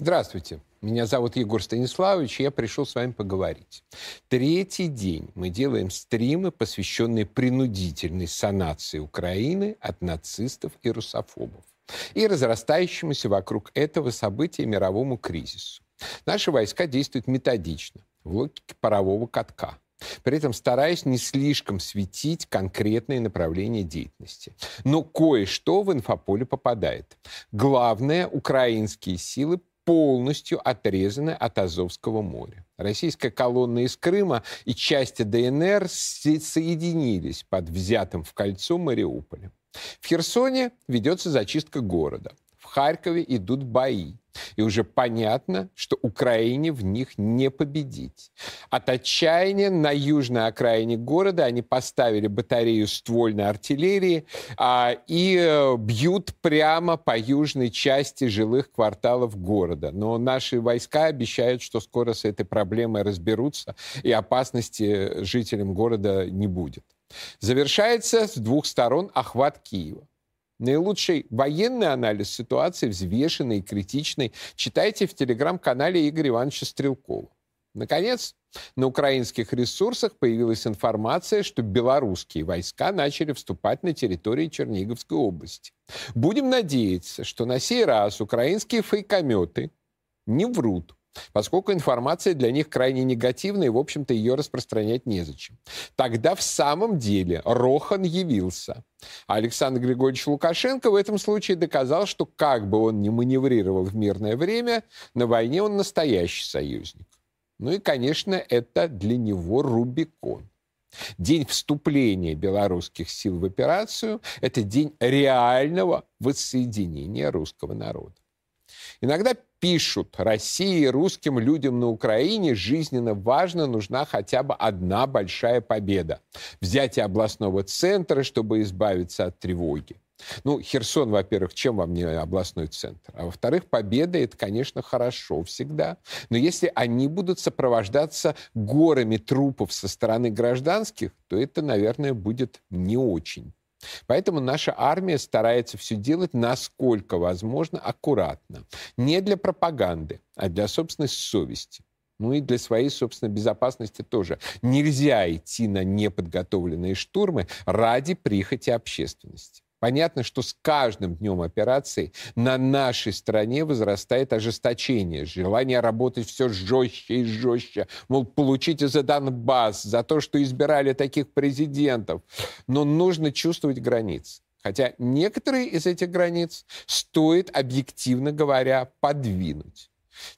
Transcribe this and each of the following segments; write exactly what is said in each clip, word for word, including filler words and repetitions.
Здравствуйте. Меня зовут Егор Станиславович, и я пришел с вами поговорить. Третий день мы делаем стримы, посвященные принудительной санации Украины от нацистов и русофобов и разрастающемуся вокруг этого события мировому кризису. Наши войска действуют методично, в логике парового катка, при этом стараясь не слишком светить конкретные направления деятельности. Но кое-что в инфополе попадает. Главное, украинские силы полностью отрезаны от Азовского моря. Российская колонна из Крыма и части ДНР соединились под взятым в кольцо Мариуполем. В Херсоне ведется зачистка города. В Харькове идут бои. И уже понятно, что Украине в них не победить. От отчаяния на южной окраине города они поставили батарею ствольной артиллерии а, и э, бьют прямо по южной части жилых кварталов города. Но наши войска обещают, что скоро с этой проблемой разберутся, и опасности жителям города не будет. Завершается с двух сторон охват Киева. Наилучший военный анализ ситуации, взвешенный и критичный, читайте в телеграм-канале Игоря Ивановича Стрелкова. Наконец, на украинских ресурсах появилась информация, что белорусские войска начали вступать на территории Черниговской области. Будем надеяться, что на сей раз украинские фейкометы не врут, поскольку информация для них крайне негативная, и, в общем-то, ее распространять незачем. Тогда в самом деле Рохан явился. А Александр Григорьевич Лукашенко в этом случае доказал, что как бы он ни маневрировал в мирное время, на войне он настоящий союзник. Ну и, конечно, это для него Рубикон. День вступления белорусских сил в операцию – это день реального воссоединения русского народа. Иногда пишут, России, русским людям на Украине жизненно важно, нужна хотя бы одна большая победа. Взятие областного центра, чтобы избавиться от тревоги. Ну, Херсон, во-первых, чем вам не областной центр? А во-вторых, победа – это, конечно, хорошо всегда. Но если они будут сопровождаться горами трупов со стороны гражданских, то это, наверное, будет не очень. Поэтому наша армия старается все делать, насколько возможно, аккуратно. Не для пропаганды, а для собственной совести. Ну и для своей собственной безопасности тоже. Нельзя идти на неподготовленные штурмы ради прихоти общественности. Понятно, что с каждым днем операции на нашей стороне возрастает ожесточение, желание работать все жестче и жестче. Мол, получите за Донбасс, за то, что избирали таких президентов. Но нужно чувствовать границы. Хотя некоторые из этих границ стоит, объективно говоря, подвинуть.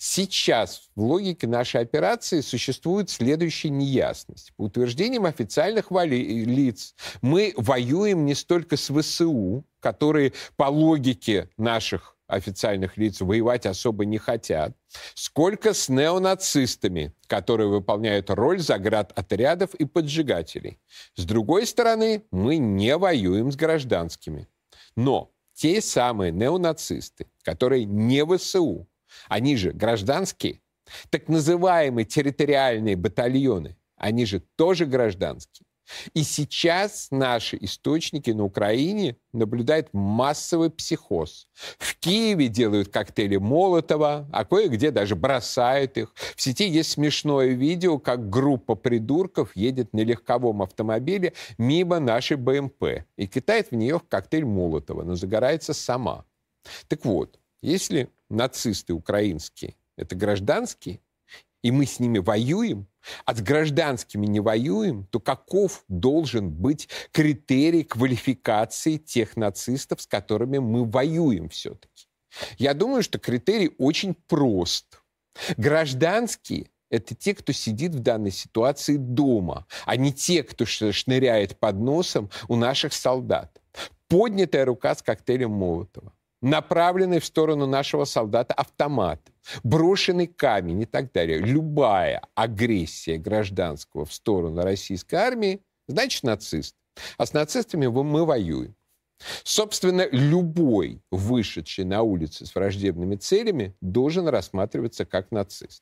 Сейчас в логике нашей операции существует следующая неясность. По утверждениям официальных вали- лиц, мы воюем не столько с ВСУ, которые по логике наших официальных лиц воевать особо не хотят, сколько с неонацистами, которые выполняют роль заградотрядов и поджигателей. С другой стороны, мы не воюем с гражданскими. Но те самые неонацисты, которые не ВСУ, они же гражданские, так называемые территориальные батальоны, они же тоже гражданские. И сейчас наши источники на Украине наблюдают массовый психоз. В Киеве делают коктейли Молотова, а кое-где даже бросают их. В сети есть смешное видео, как группа придурков едет на легковом автомобиле мимо нашей БМП и кидает в нее коктейль Молотова, но загорается сама. Так вот, если нацисты украинские – это гражданские, и мы с ними воюем, а с гражданскими не воюем, то каков должен быть критерий квалификации тех нацистов, с которыми мы воюем все-таки? Я думаю, что критерий очень прост. Гражданские – это те, кто сидит в данной ситуации дома, а не те, кто шныряет под носом у наших солдат. Поднятая рука с коктейлем Молотова, направленный в сторону нашего солдата автомат, брошенный камень и так далее. Любая агрессия гражданского в сторону российской армии, значит нацист. А с нацистами мы воюем. Собственно, любой, вышедший на улицы с враждебными целями, должен рассматриваться как нацист.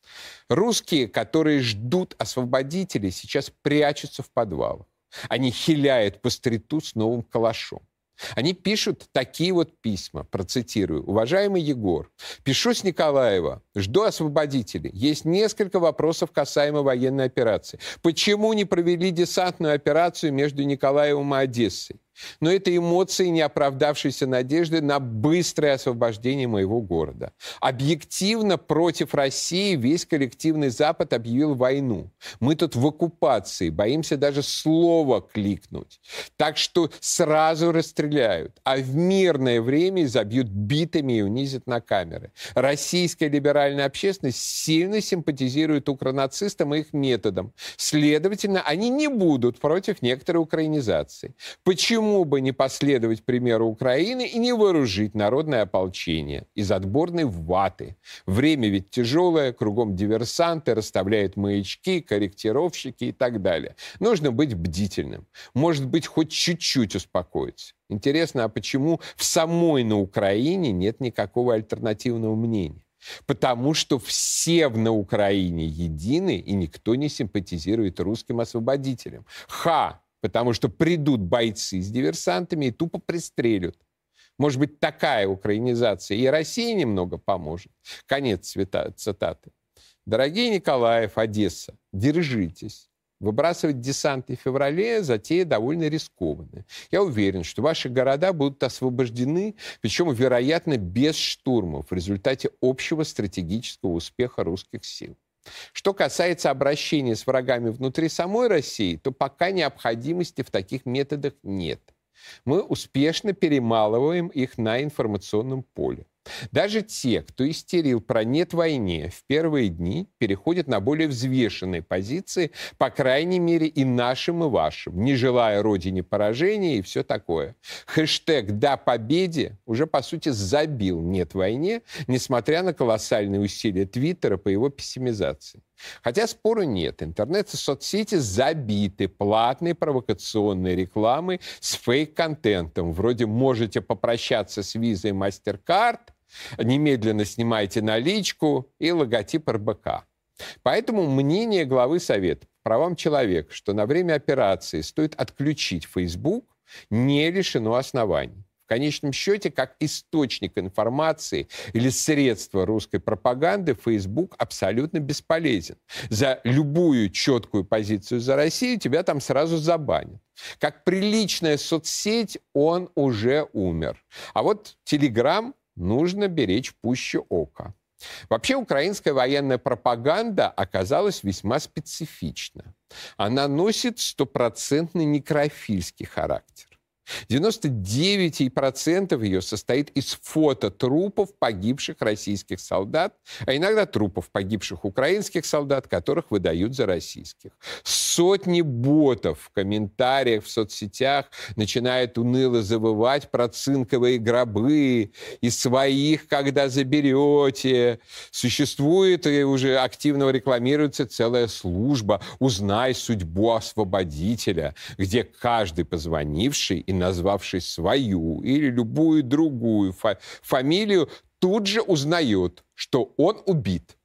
Русские, которые ждут освободителей, сейчас прячутся в подвалах. Они хиляют по стриту с новым калашом. Они пишут такие вот письма, процитирую. «Уважаемый Егор, пишу с Николаева, жду освободителей. Есть несколько вопросов касаемо военной операции. Почему не провели десантную операцию между Николаевым и Одессой? Но это эмоции, не оправдавшиеся надежды на быстрое освобождение моего города. Объективно против России весь коллективный Запад объявил войну. Мы тут в оккупации, боимся даже слова кликнуть. Так что сразу расстреляют, а в мирное время забьют битами и унизят на камеры. Российская либеральная общественность сильно симпатизирует укронацистам и их методам. Следовательно, они не будут против некоторой украинизации. Почему Почему бы не последовать примеру Украины и не вооружить народное ополчение из отборной ваты? Время ведь тяжелое, кругом диверсанты, расставляют маячки, корректировщики и так далее. Нужно быть бдительным. Может быть, хоть чуть-чуть успокоиться. Интересно, а почему в самой на Украине нет никакого альтернативного мнения? Потому что все на Украине едины, и никто не симпатизирует русским освободителям. Ха! Потому что придут бойцы с диверсантами и тупо пристрелят. Может быть, такая украинизация и России немного поможет. Конец цитаты. Дорогие Николаев, Одесса, держитесь. Выбрасывать десанты в феврале затея довольно рискованная. Я уверен, что ваши города будут освобождены, причем, вероятно, без штурмов в результате общего стратегического успеха русских сил. Что касается обращения с врагами внутри самой России, то пока необходимости в таких методах нет. Мы успешно перемалываем их на информационном поле. Даже те, кто истерил про «нет войне» в первые дни, переходят на более взвешенные позиции, по крайней мере и нашим, и вашим, не желая родине поражения и все такое. Хэштег «Да победе» уже, по сути, забил «нет войне», несмотря на колоссальные усилия Твиттера по его пессимизации. Хотя спору нет, интернет и соцсети забиты платной провокационной рекламой с фейк-контентом. Вроде «можете попрощаться с визой MasterCard», «немедленно снимайте наличку» и логотип эр бэ ка. Поэтому мнение главы Совета по правам человека, что на время операции стоит отключить Facebook, не лишено оснований. В конечном счете, как источник информации или средство русской пропаганды, Facebook абсолютно бесполезен. За любую четкую позицию за Россию тебя там сразу забанят. Как приличная соцсеть он уже умер. А вот Telegram нужно беречь пуще ока. Вообще, украинская военная пропаганда оказалась весьма специфична. Она носит стопроцентный некрофильский характер. девяносто девять процентов ее состоит из фото трупов погибших российских солдат, а иногда трупов погибших украинских солдат, которых выдают за российских. Сотни ботов в комментариях в соцсетях начинают уныло завывать про цинковые гробы и своих, когда заберете. Существует и уже активно рекламируется целая служба «Узнай судьбу освободителя», где каждый позвонивший и назвавший свою или любую другую фа- фамилию, тут же узнает, что он убит.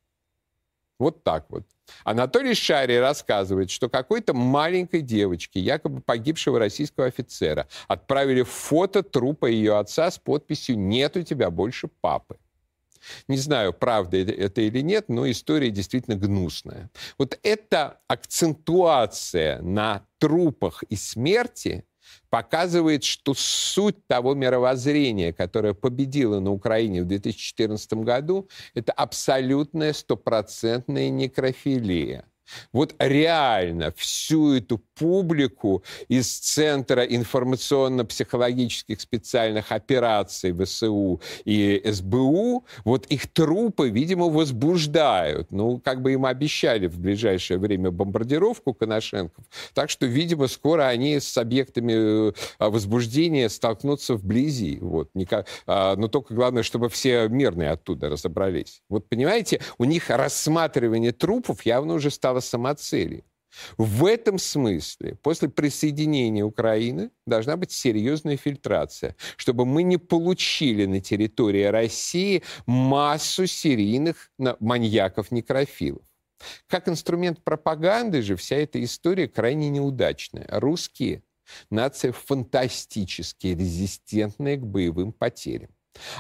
Вот так вот. Анатолий Шарий рассказывает, что какой-то маленькой девочке, якобы погибшего российского офицера, отправили фото трупа ее отца с подписью «Нет у тебя больше папы». Не знаю, правда это или нет, но история действительно гнусная. Вот эта акцентуация на трупах и смерти показывает, что суть того мировоззрения, которое победило на Украине в две тысячи четырнадцатом году, это абсолютная стопроцентная некрофилия. Вот реально всю эту публику из Центра информационно-психологических специальных операций вэ эс у и эс бэ у, вот их трупы, видимо, возбуждают. Ну, как бы им обещали в ближайшее время бомбардировку Коношенков. Так что, видимо, скоро они с объектами возбуждения столкнутся вблизи. Вот. Но только главное, чтобы все мирные оттуда разобрались. Вот понимаете, у них рассматривание трупов явно уже стало самоцелью. В этом смысле после присоединения Украины должна быть серьезная фильтрация, чтобы мы не получили на территории России массу серийных маньяков-некрофилов. Как инструмент пропаганды же вся эта история крайне неудачная. Русские Нация фантастически резистентная к боевым потерям.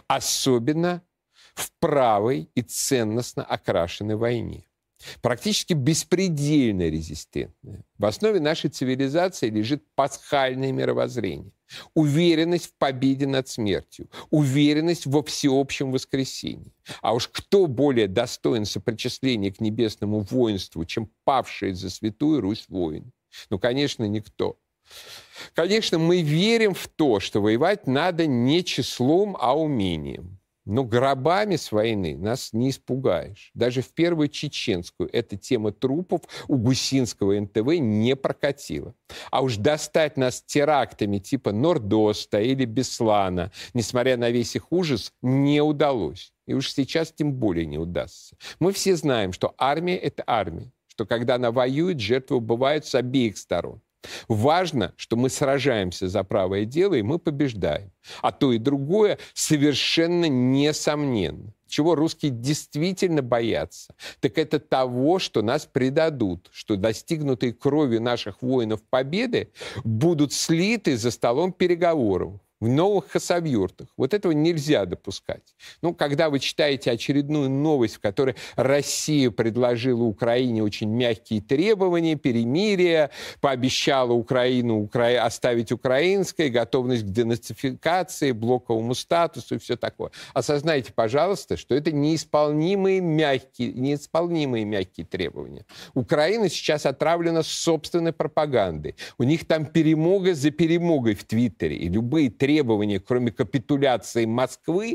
Особенно в правой и ценностно окрашенной войне. Практически беспредельно резистентная. В основе нашей цивилизации лежит пасхальное мировоззрение. Уверенность в победе над смертью. Уверенность во всеобщем воскресении. А уж кто более достоин сопричисления к небесному воинству, чем павшие за святую Русь воины? Ну, конечно, никто. Конечно, мы верим в то, что воевать надо не числом, а умением. Но гробами с войны нас не испугаешь. Даже в первую чеченскую эта тема трупов у гусинского эн тэ вэ не прокатила. А уж достать нас терактами типа Нордоста или Беслана, несмотря на весь их ужас, не удалось. И уж сейчас тем более не удастся. Мы все знаем, что армия – это армия, что когда она воюет, жертвы бывают с обеих сторон. Важно, что мы сражаемся за правое дело, и мы побеждаем. А то и другое совершенно несомненно. Чего русские действительно боятся, так это того, что нас предадут, что достигнутые кровью наших воинов победы будут слиты за столом переговоров в новых хасавюртах. Вот этого нельзя допускать. Ну, когда вы читаете очередную новость, в которой Россия предложила Украине очень мягкие требования, перемирие, пообещала Украину укра... оставить украинской, готовность к денацификации, блоковому статусу и все такое. Осознайте, пожалуйста, что это неисполнимые мягкие, неисполнимые мягкие требования. Украина сейчас отравлена собственной пропагандой. У них там перемога за перемогой в Твиттере. И любые требования, кроме капитуляции Москвы,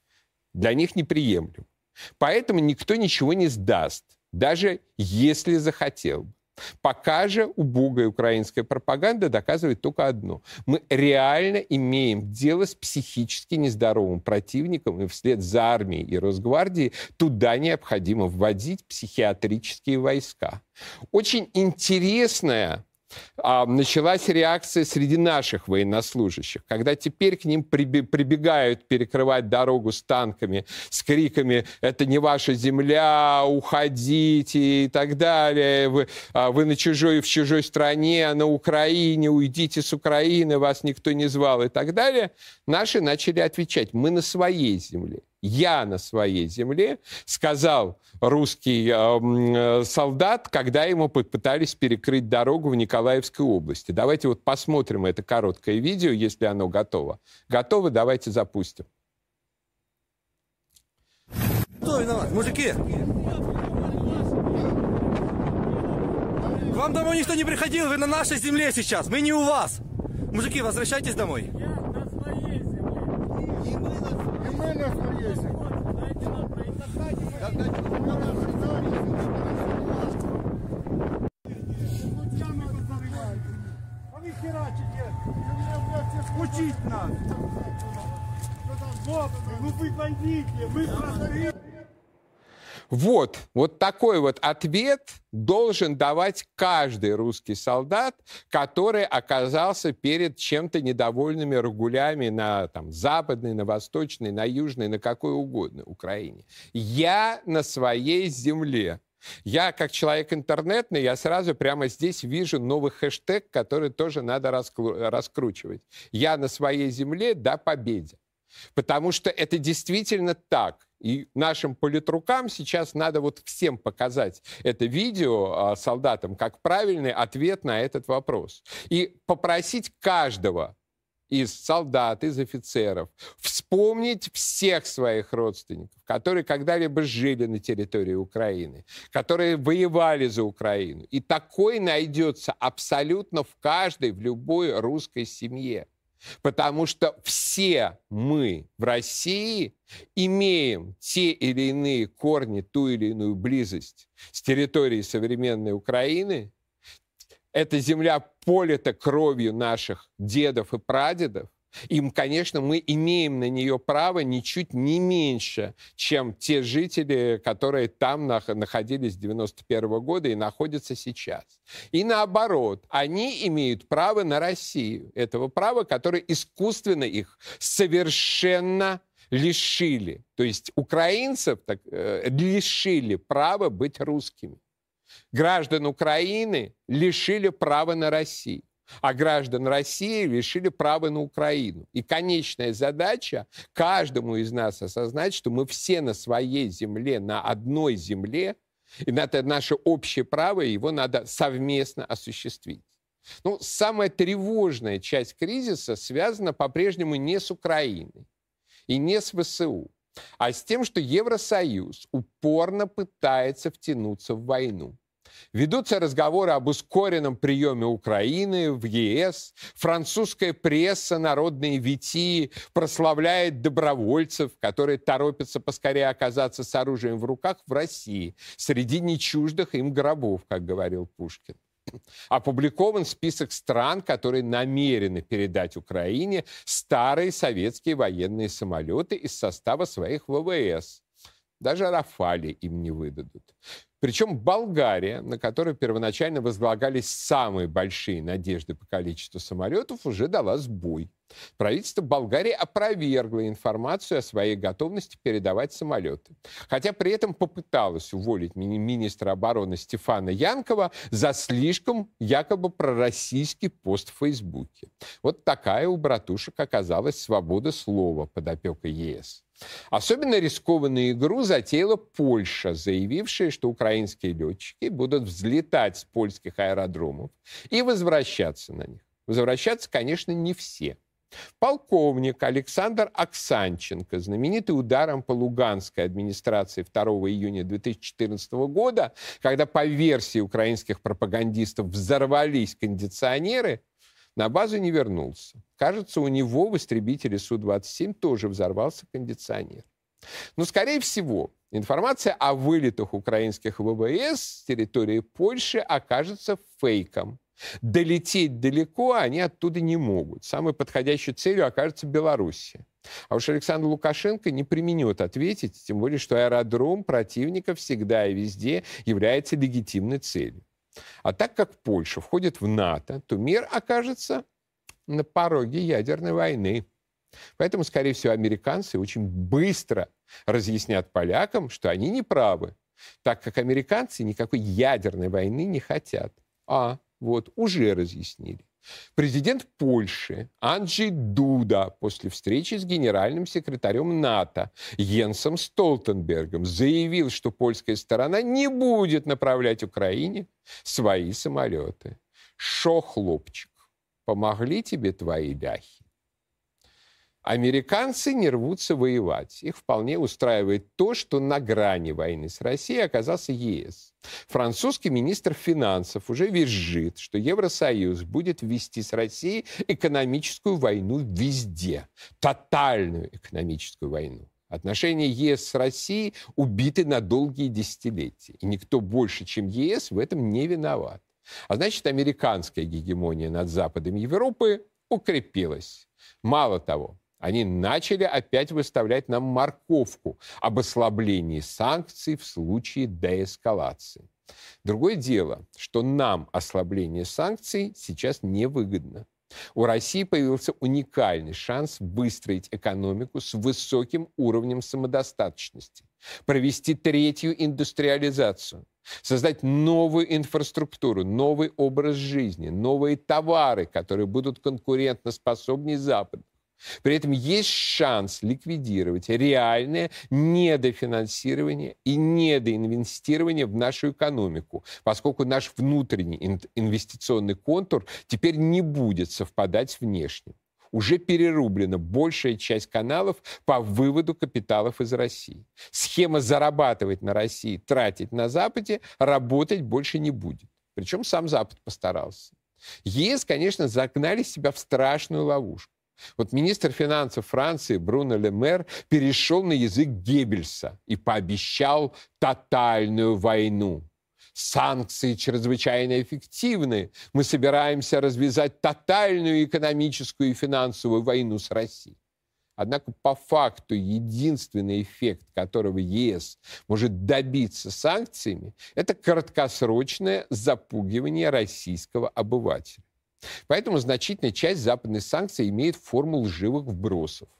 для них неприемлемы. Поэтому никто ничего не сдаст, даже если захотел бы. Пока же убогая украинская пропаганда доказывает только одно. Мы реально имеем дело с психически нездоровым противником, и вслед за армией и Росгвардией туда необходимо вводить психиатрические войска. Очень интересная а, началась реакция среди наших военнослужащих, когда теперь к ним прибегают перекрывать дорогу с танками, с криками «это не ваша земля, уходите» и так далее, вы, а, вы на чужой, в чужой стране, на Украине, уйдите с Украины, вас никто не звал и так далее. Наши начали отвечать: мы на своей земле. Я на своей земле, сказал русский э, солдат, когда ему попытались перекрыть дорогу в Николаевской области. Давайте вот посмотрим это короткое видео, если оно готово. Готово? Давайте запустим. Кто виноват? Мужики! К вам домой никто не приходил, вы на нашей земле сейчас, мы не у вас. Мужики, возвращайтесь домой. Учить надо. Ну вы бандиты, вы простые. Вот, вот такой вот ответ должен давать каждый русский солдат, который оказался перед чем-то недовольными рагулями на там, западной, на восточной, на южной, на какой угодно Украине. Я на своей земле. Я, как человек интернетный, я сразу прямо здесь вижу новый хэштег, который тоже надо раскру- раскручивать. Я на своей земле, да победе. Потому что это действительно так. И нашим политрукам сейчас надо вот всем показать это видео солдатам как правильный ответ на этот вопрос. И попросить каждого из солдат, из офицеров вспомнить всех своих родственников, которые когда-либо жили на территории Украины, которые воевали за Украину. И такой найдется абсолютно в каждой, в любой русской семье. Потому что все мы в России имеем те или иные корни, ту или иную близость с территорией современной Украины. Эта земля полита кровью наших дедов и прадедов. И, конечно, мы имеем на нее право ничуть не меньше, чем те жители, которые там находились с девяносто первого года и находятся сейчас. И наоборот, они имеют право на Россию. Этого права, которое искусственно их совершенно лишили. То есть украинцев так, э, лишили права быть русскими. Граждан Украины лишили права на Россию. а граждан России лишили права на Украину. И конечная задача каждому из нас осознать, что мы все на своей земле, на одной земле, и это наше общее право, и его надо совместно осуществить. Ну, самая тревожная часть кризиса связана по-прежнему не с Украиной и не с ВСУ, а с тем, что Евросоюз упорно пытается втянуться в войну. Ведутся разговоры об ускоренном приеме Украины в ЕС. Французская пресса, народные витии, прославляет добровольцев, которые торопятся поскорее оказаться с оружием в руках в России, среди нечуждых им гробов, как говорил Пушкин. Опубликован список стран, которые намерены передать Украине старые советские военные самолеты из состава своих ВВС. Даже «Рафали» им не выдадут. Причем Болгария, на которой первоначально возлагались самые большие надежды по количеству самолетов, уже дала сбой. Правительство Болгарии опровергло информацию о своей готовности передавать самолеты. Хотя при этом попыталось уволить ми- министра обороны Стефана Янкова за слишком якобы пророссийский пост в Фейсбуке. Вот такая у братушек оказалась свобода слова под опекой ЕС. Особенно рискованную игру затеяла Польша, заявившая, что украинские летчики будут взлетать с польских аэродромов и возвращаться на них. Возвращаться, конечно, не все. Полковник Александр Оксанченко, знаменитый ударом по луганской администрации второго июня две тысячи четырнадцатого года, когда по версии украинских пропагандистов взорвались кондиционеры, на базу не вернулся. Кажется, у него в истребителе Су двадцать семь тоже взорвался кондиционер. Но, скорее всего, информация о вылетах украинских ВВС с территории Польши окажется фейком. Долететь далеко они оттуда не могут. Самой подходящей целью окажется Белоруссия. А уж Александр Лукашенко не преминет ответить, тем более, что аэродром противника всегда и везде является легитимной целью. А так как Польша входит в НАТО, то мир окажется на пороге ядерной войны. Поэтому, скорее всего, американцы очень быстро разъяснят полякам, что они не правы, так как американцы никакой ядерной войны не хотят. А вот уже разъяснили. Президент Польши Анджей Дуда после встречи с генеральным секретарем НАТО Йенсом Столтенбергом заявил, что польская сторона не будет направлять Украине свои самолеты. Шо, хлопчик, помогли тебе твои ляхи? Американцы не рвутся воевать. Их вполне устраивает то, что на грани войны с Россией оказался ЕС. Французский министр финансов уже визжит, что Евросоюз будет вести с Россией экономическую войну везде. Тотальную экономическую войну. Отношения ЕС с Россией убиты на долгие десятилетия. И никто больше, чем ЕС, в этом не виноват. А значит, американская гегемония над Западом Европы укрепилась. Мало того, они начали опять выставлять нам морковку об ослаблении санкций в случае деэскалации. Другое дело, что нам ослабление санкций сейчас невыгодно. У России появился уникальный шанс выстроить экономику с высоким уровнем самодостаточности, провести третью индустриализацию, создать новую инфраструктуру, новый образ жизни, новые товары, которые будут конкурентоспособнее Запада. При этом есть шанс ликвидировать реальное недофинансирование и недоинвестирование в нашу экономику, поскольку наш внутренний инвестиционный контур теперь не будет совпадать с внешним. Уже перерублена большая часть каналов по выводу капиталов из России. Схема зарабатывать на России, тратить на Западе работать больше не будет. Причем сам Запад постарался. ЕС, конечно, загнали себя в страшную ловушку. Вот министр финансов Франции Бруно Ле Мэр перешел на язык Геббельса и пообещал тотальную войну. Санкции чрезвычайно эффективны. Мы собираемся развязать тотальную экономическую и финансовую войну с Россией. Однако по факту единственный эффект, которого ЕС может добиться санкциями, это краткосрочное запугивание российского обывателя. Поэтому значительная часть западных санкций имеет форму лживых вбросов.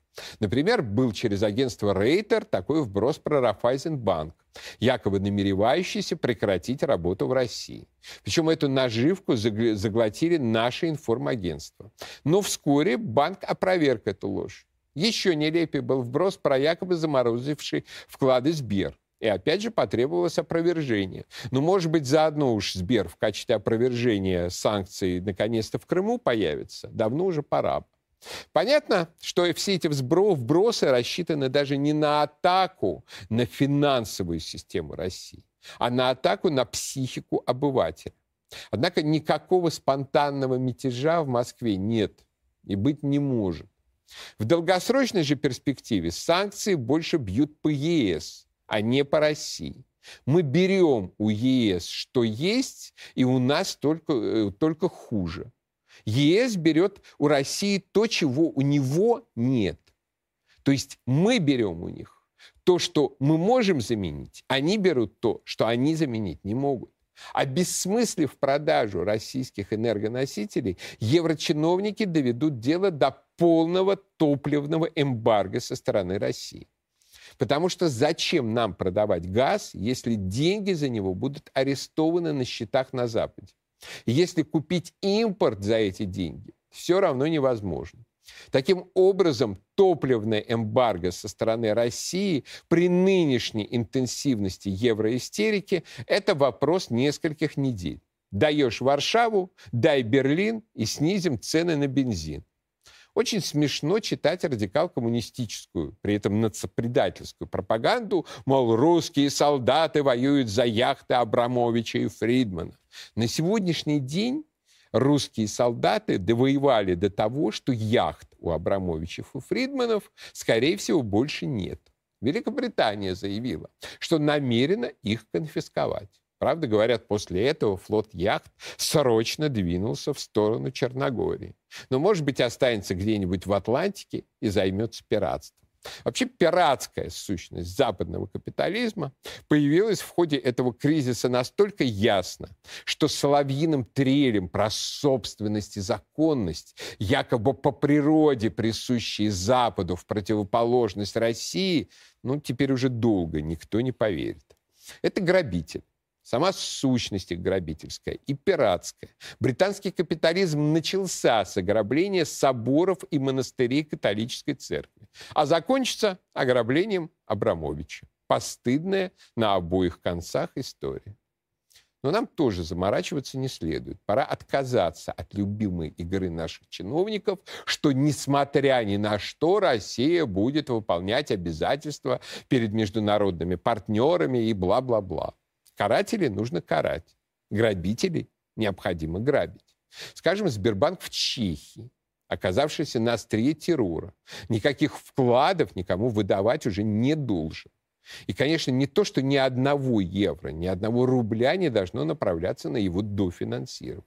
Например, был через агентство Рейтер такой вброс про Райффайзенбанк, якобы намеревающийся прекратить работу в России. Причем эту наживку заглотили наши информагентства. Но вскоре банк опроверг эту ложь. Еще нелепее был вброс про якобы заморозивший вклады Сбер. И опять же потребовалось опровержение. Но, может быть, заодно уж Сбер в качестве опровержения санкций наконец-то в Крыму появится. Давно уже пора. Понятно, что все эти вбросы рассчитаны даже не на атаку на финансовую систему России, а на атаку на психику обывателя. Однако никакого спонтанного мятежа в Москве нет и быть не может. В долгосрочной же перспективе санкции больше бьют по ЕС, а не по России. Мы берем у ЕС, что есть, и у нас только, только хуже. ЕС берет у России то, чего у него нет. То есть мы берем у них то, что мы можем заменить, они берут то, что они заменить не могут. Обессмыслив продажу российских энергоносителей, еврочиновники доведут дело до полного топливного эмбарго со стороны России. Потому что зачем нам продавать газ, если деньги за него будут арестованы на счетах на Западе? Если купить импорт за эти деньги, все равно невозможно. Таким образом, топливное эмбарго со стороны России при нынешней интенсивности евроистерики – это вопрос нескольких недель. Даешь Варшаву, дай Берлин и снизим цены на бензин. Очень смешно читать радикал-коммунистическую, при этом наципредательскую пропаганду, мол, русские солдаты воюют за яхты Абрамовича и Фридмана. На сегодняшний день русские солдаты довоевали до того, что яхт у Абрамовичев и Фридманов, скорее всего, больше нет. Великобритания заявила, что намерена их конфисковать. Правда, говорят, после этого флот яхт срочно двинулся в сторону Черногории. Но, может быть, останется где-нибудь в Атлантике и займется пиратством. Вообще, пиратская сущность западного капитализма появилась в ходе этого кризиса настолько ясно, что соловьиным трелем про собственность и законность, якобы по природе присущие Западу в противоположность России, ну, теперь уже долго никто не поверит. Это грабитель. Сама сущность их грабительская и пиратская. Британский капитализм начался с ограбления соборов и монастырей католической церкви, а закончится ограблением Абрамовича. Постыдная на обоих концах история. Но нам тоже заморачиваться не следует. Пора отказаться от любимой игры наших чиновников, что, несмотря ни на что, Россия будет выполнять обязательства перед международными партнерами и бла-бла-бла. Карателей нужно карать, грабителей необходимо грабить. Скажем, Сбербанк в Чехии, оказавшийся на острие террора, никаких вкладов никому выдавать уже не должен. И, конечно, не то, что ни одного евро, ни одного рубля не должно направляться на его дофинансирование.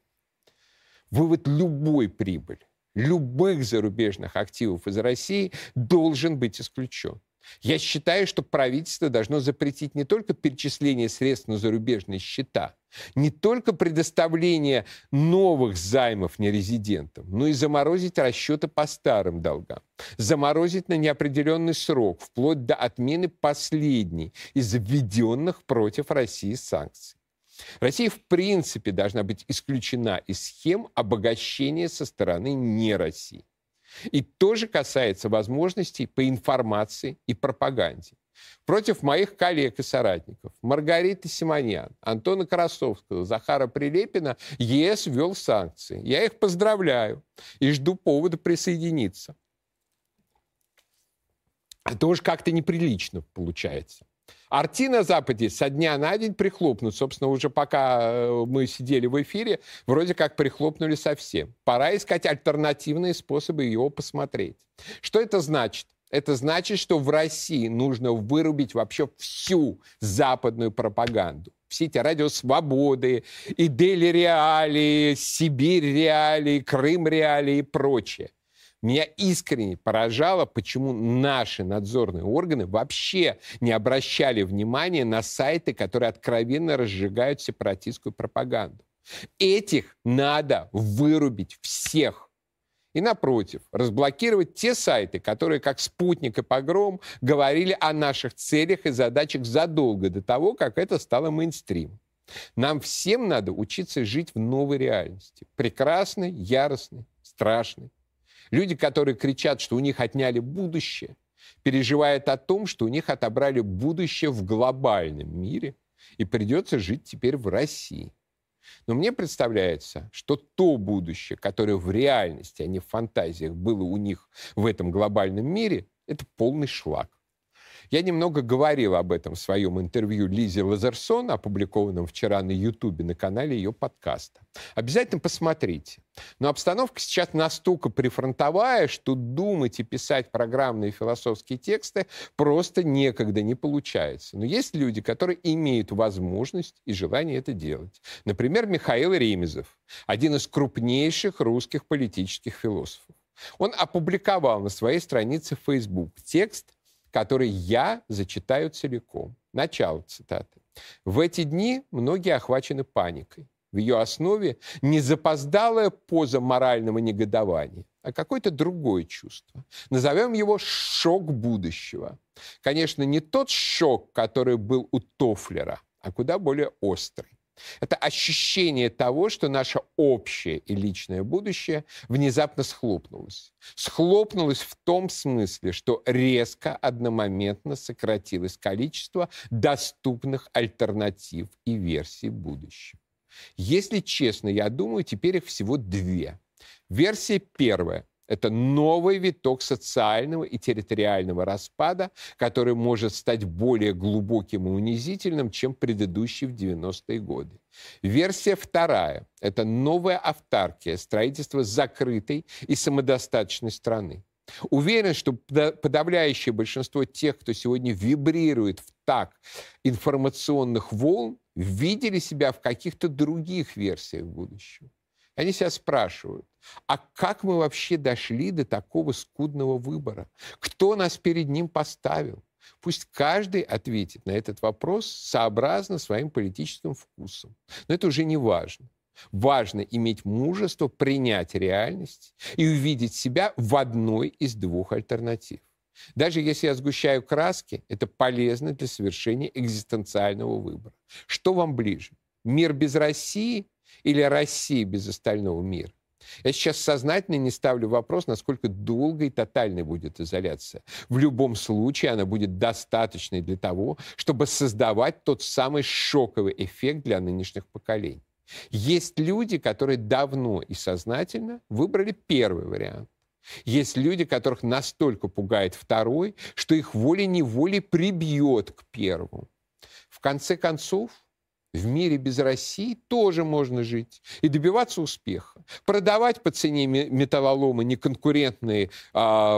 Вывод любой прибыли, любых зарубежных активов из России должен быть исключен. Я считаю, что правительство должно запретить не только перечисление средств на зарубежные счета, не только предоставление новых займов нерезидентам, но и заморозить расчеты по старым долгам. Заморозить на неопределенный срок, вплоть до отмены последней из введенных против России санкций. Россия в принципе должна быть исключена из схем обогащения со стороны не России. И тоже касается возможностей по информации и пропаганде. Против моих коллег и соратников Маргариты Симоньян, Антона Красовского, Захара Прилепина ЕС ввел санкции. Я их поздравляю и жду повода присоединиться. А то уж как-то неприлично получается. Арти на Западе со дня на день прихлопнут. Собственно, уже пока мы сидели в эфире, вроде как прихлопнули совсем. Пора искать альтернативные способы его посмотреть. Что это значит? Это значит, что в России нужно вырубить вообще всю западную пропаганду. Все эти радио «Свободы», и «Дели Реалии», «Сибирь Реалии», «Крым Реалии» и прочее. Меня искренне поражало, почему наши надзорные органы вообще не обращали внимания на сайты, которые откровенно разжигают сепаратистскую пропаганду. Этих надо вырубить всех. И, напротив, разблокировать те сайты, которые, как «Спутник» и «Погром», говорили о наших целях и задачах задолго до того, как это стало мейнстримом. Нам всем надо учиться жить в новой реальности. Прекрасной, яростной, страшной. Люди, которые кричат, что у них отняли будущее, переживают о том, что у них отобрали будущее в глобальном мире, и придется жить теперь в России. Но мне представляется, что то будущее, которое в реальности, а не в фантазиях, было у них в этом глобальном мире, это полный шлак. Я немного говорил об этом в своем интервью Лизе Лазерсон, опубликованном вчера на Ютубе, на канале ее подкаста. Обязательно посмотрите. Но обстановка сейчас настолько прифронтовая, что думать и писать программные философские тексты просто некогда не получается. Но есть люди, которые имеют возможность и желание это делать. Например, Михаил Ремезов, один из крупнейших русских политических философов. Он опубликовал на своей странице в Facebook текст, который я зачитаю целиком. Начало цитаты. «В эти дни многие охвачены паникой. В ее основе не запоздалая поза морального негодования, а какое-то другое чувство. Назовем его шок будущего. Конечно, не тот шок, который был у Тофлера, а куда более острый. Это ощущение того, что наше общее и личное будущее внезапно схлопнулось. Схлопнулось в том смысле, что резко, одномоментно сократилось количество доступных альтернатив и версий будущего. Если честно, я думаю, теперь их всего две. Версия первая. Это новый виток социального и территориального распада, который может стать более глубоким и унизительным, чем предыдущий в девяностые годы. Версия вторая – это новая автаркия, строительство закрытой и самодостаточной страны. Уверен, что подавляющее большинство тех, кто сегодня вибрирует в такт информационных волн, видели себя в каких-то других версиях будущего. Они себя спрашивают, а как мы вообще дошли до такого скудного выбора? Кто нас перед ним поставил? Пусть каждый ответит на этот вопрос сообразно своим политическим вкусом. Но это уже не важно. Важно иметь мужество принять реальность и увидеть себя в одной из двух альтернатив. Даже если я сгущаю краски, это полезно для совершения экзистенциального выбора. Что вам ближе? Мир без России или Россия без остального мира? Я сейчас сознательно не ставлю вопрос, насколько долгой и тотальной будет изоляция. В любом случае она будет достаточной для того, чтобы создавать тот самый шоковый эффект для нынешних поколений. Есть люди, которые давно и сознательно выбрали первый вариант. Есть люди, которых настолько пугает второй, что их волей-неволей прибьет к первому. В конце концов, в мире без России тоже можно жить и добиваться успеха. Продавать по цене металлолома неконкурентные, а,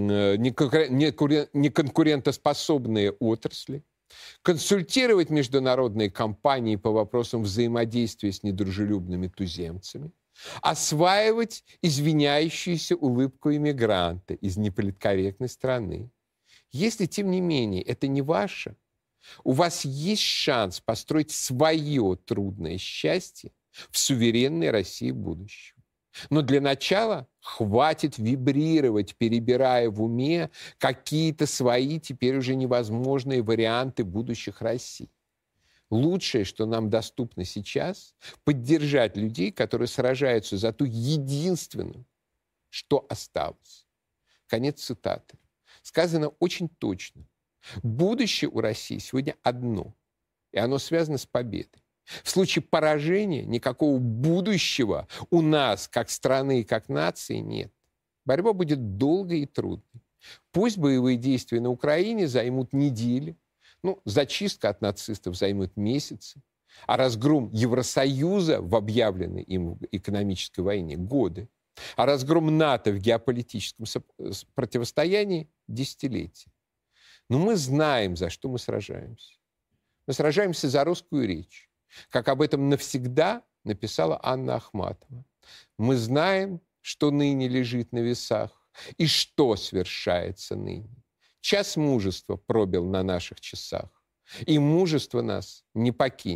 неконкурентоспособные отрасли, консультировать международные компании по вопросам взаимодействия с недружелюбными туземцами, осваивать извиняющуюся улыбку иммигранта из неполиткорректной страны. Если, тем не менее, это не ваше, у вас есть шанс построить свое трудное счастье в суверенной России будущего. Но для начала хватит вибрировать, перебирая в уме какие-то свои теперь уже невозможные варианты будущих России. Лучшее, что нам доступно сейчас, поддержать людей, которые сражаются за ту единственную, что осталось. Конец цитаты. Сказано очень точно. Будущее у России сегодня одно, и оно связано с победой. В случае поражения никакого будущего у нас, как страны и как нации, нет. Борьба будет долгой и трудной. Пусть боевые действия на Украине займут недели, ну, зачистка от нацистов займет месяцы, а разгром Евросоюза в объявленной им экономической войне – годы, а разгром НАТО в геополитическом противостоянии – десятилетия. Но мы знаем, за что мы сражаемся. Мы сражаемся за русскую речь, как об этом навсегда написала Анна Ахматова. Мы знаем, что ныне лежит на весах и что свершается ныне. Час мужества пробил на наших часах, и мужество нас не покинет.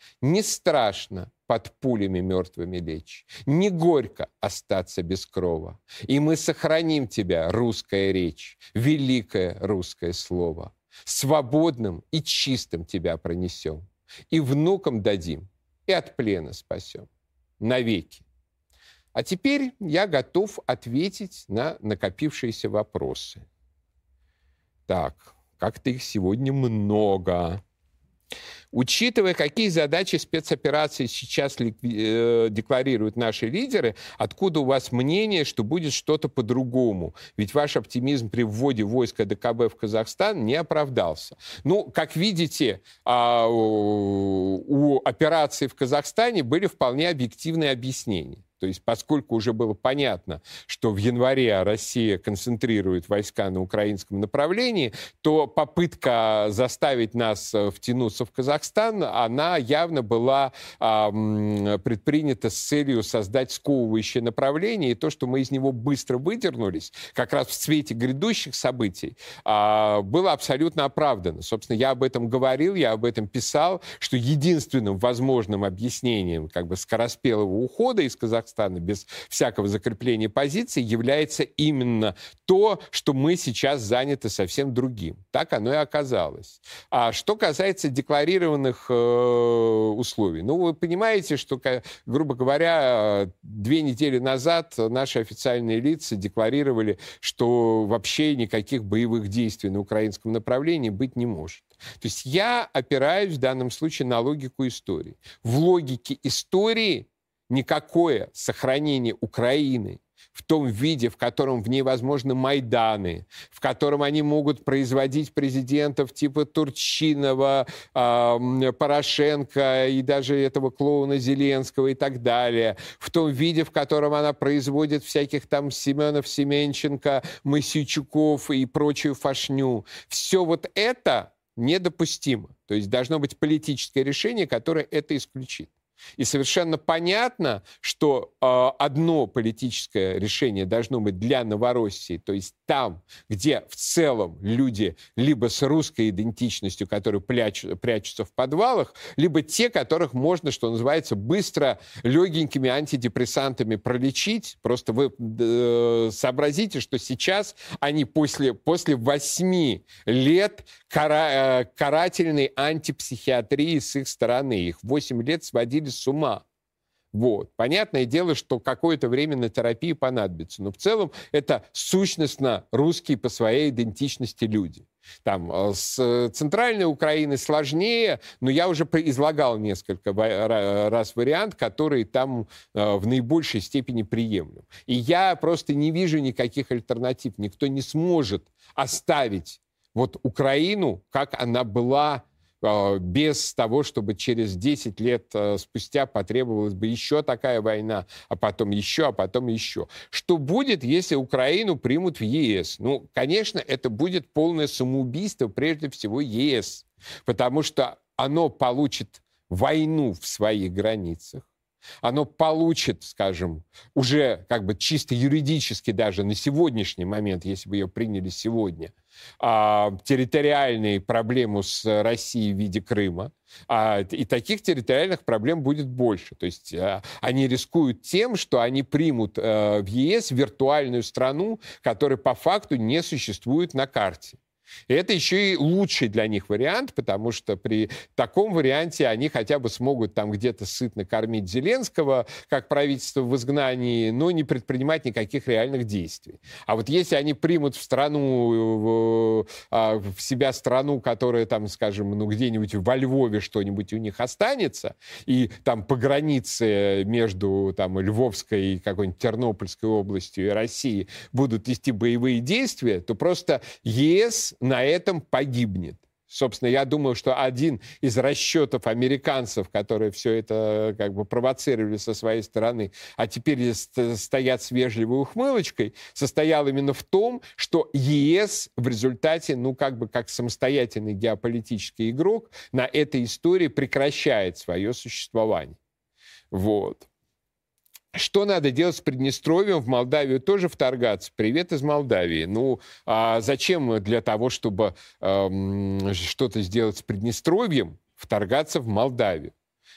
Не страшно под пулями мертвыми лечь, не горько остаться без крова. И мы сохраним тебя, русская речь, великое русское слово. Свободным и чистым тебя пронесем, и внукам дадим, и от плена спасем. Навеки. А теперь я готов ответить на накопившиеся вопросы. Так, как-то их сегодня много. Учитывая, какие задачи спецоперации сейчас э, декларируют наши лидеры, откуда у вас мнение, что будет что-то по-другому? Ведь ваш оптимизм при вводе войск АДКБ в Казахстан не оправдался. Ну, как видите, э, у операции в Казахстане были вполне объективные объяснения. То есть, поскольку уже было понятно, что в январе Россия концентрирует войска на украинском направлении, то попытка заставить нас втянуться в Казахстан, она явно была а, предпринята с целью создать сковывающее направление. И то, что мы из него быстро выдернулись, как раз в свете грядущих событий, а, было абсолютно оправдано. Собственно, я об этом говорил, я об этом писал, что единственным возможным объяснением как бы скороспелого ухода из Казахстана без всякого закрепления позиций является именно то, что мы сейчас заняты совсем другим. Так оно и оказалось. А что касается декларированных э, условий, ну, вы понимаете, что, грубо говоря, две недели назад наши официальные лица декларировали, что вообще никаких боевых действий на украинском направлении быть не может. То есть я опираюсь в данном случае на логику истории. В логике истории никакое сохранение Украины в том виде, в котором в ней возможны Майданы, в котором они могут производить президентов типа Турчинова, э, Порошенко и даже этого клоуна Зеленского и так далее, в том виде, в котором она производит всяких там Семенов, Семенченко, Мосейчуков и прочую фашню. Все вот это недопустимо. То есть должно быть политическое решение, которое это исключит. И совершенно понятно, что э, одно политическое решение должно быть для Новороссии, то есть там, где в целом люди либо с русской идентичностью, которые прячу, прячутся в подвалах, либо те, которых можно, что называется, быстро легенькими антидепрессантами пролечить. Просто вы э, сообразите, что сейчас они после, после восьми лет кара, э, карательной антипсихиатрии с их стороны, их восемь лет сводили с ума. Вот. Понятное дело, что какое-то время на терапию понадобится. Но в целом это сущностно русские по своей идентичности люди. Там с центральной Украины сложнее, но я уже излагал несколько раз вариант, который там в наибольшей степени приемлем. И я просто не вижу никаких альтернатив. Никто не сможет оставить вот Украину, как она была, без того, чтобы через десять лет спустя потребовалась бы еще такая война, а потом еще, а потом еще. Что будет, если Украину примут в ЕС? Ну, конечно, это будет полное самоубийство, прежде всего, ЕС, потому что оно получит войну в своих границах. Оно получит, скажем, уже как бы чисто юридически даже на сегодняшний момент, если бы ее приняли сегодня, территориальные проблемы с Россией в виде Крыма. И таких территориальных проблем будет больше. То есть они рискуют тем, что они примут в ЕС виртуальную страну, которая по факту не существует на карте. И это еще и лучший для них вариант, потому что при таком варианте они хотя бы смогут там где-то сытно кормить Зеленского, как правительство в изгнании, но не предпринимать никаких реальных действий. А вот если они примут в страну, в, в себя страну, которая там, скажем, ну где-нибудь во Львове что-нибудь у них останется, и там по границе между там Львовской и какой-нибудь Тернопольской областью и Россией будут вести боевые действия, то просто ЕС на этом погибнет. Собственно, я думаю, что один из расчетов американцев, которые все это как бы провоцировали со своей стороны, а теперь стоят с вежливой ухмылочкой, состоял именно в том, что ЕС в результате, ну как бы как самостоятельный геополитический игрок, на этой истории прекращает свое существование. Вот. Что надо делать с Приднестровьем? В Молдавию тоже вторгаться? Привет из Молдавии. Ну, а зачем для того, чтобы эм, что-то сделать с Приднестровьем, вторгаться в Молдавию?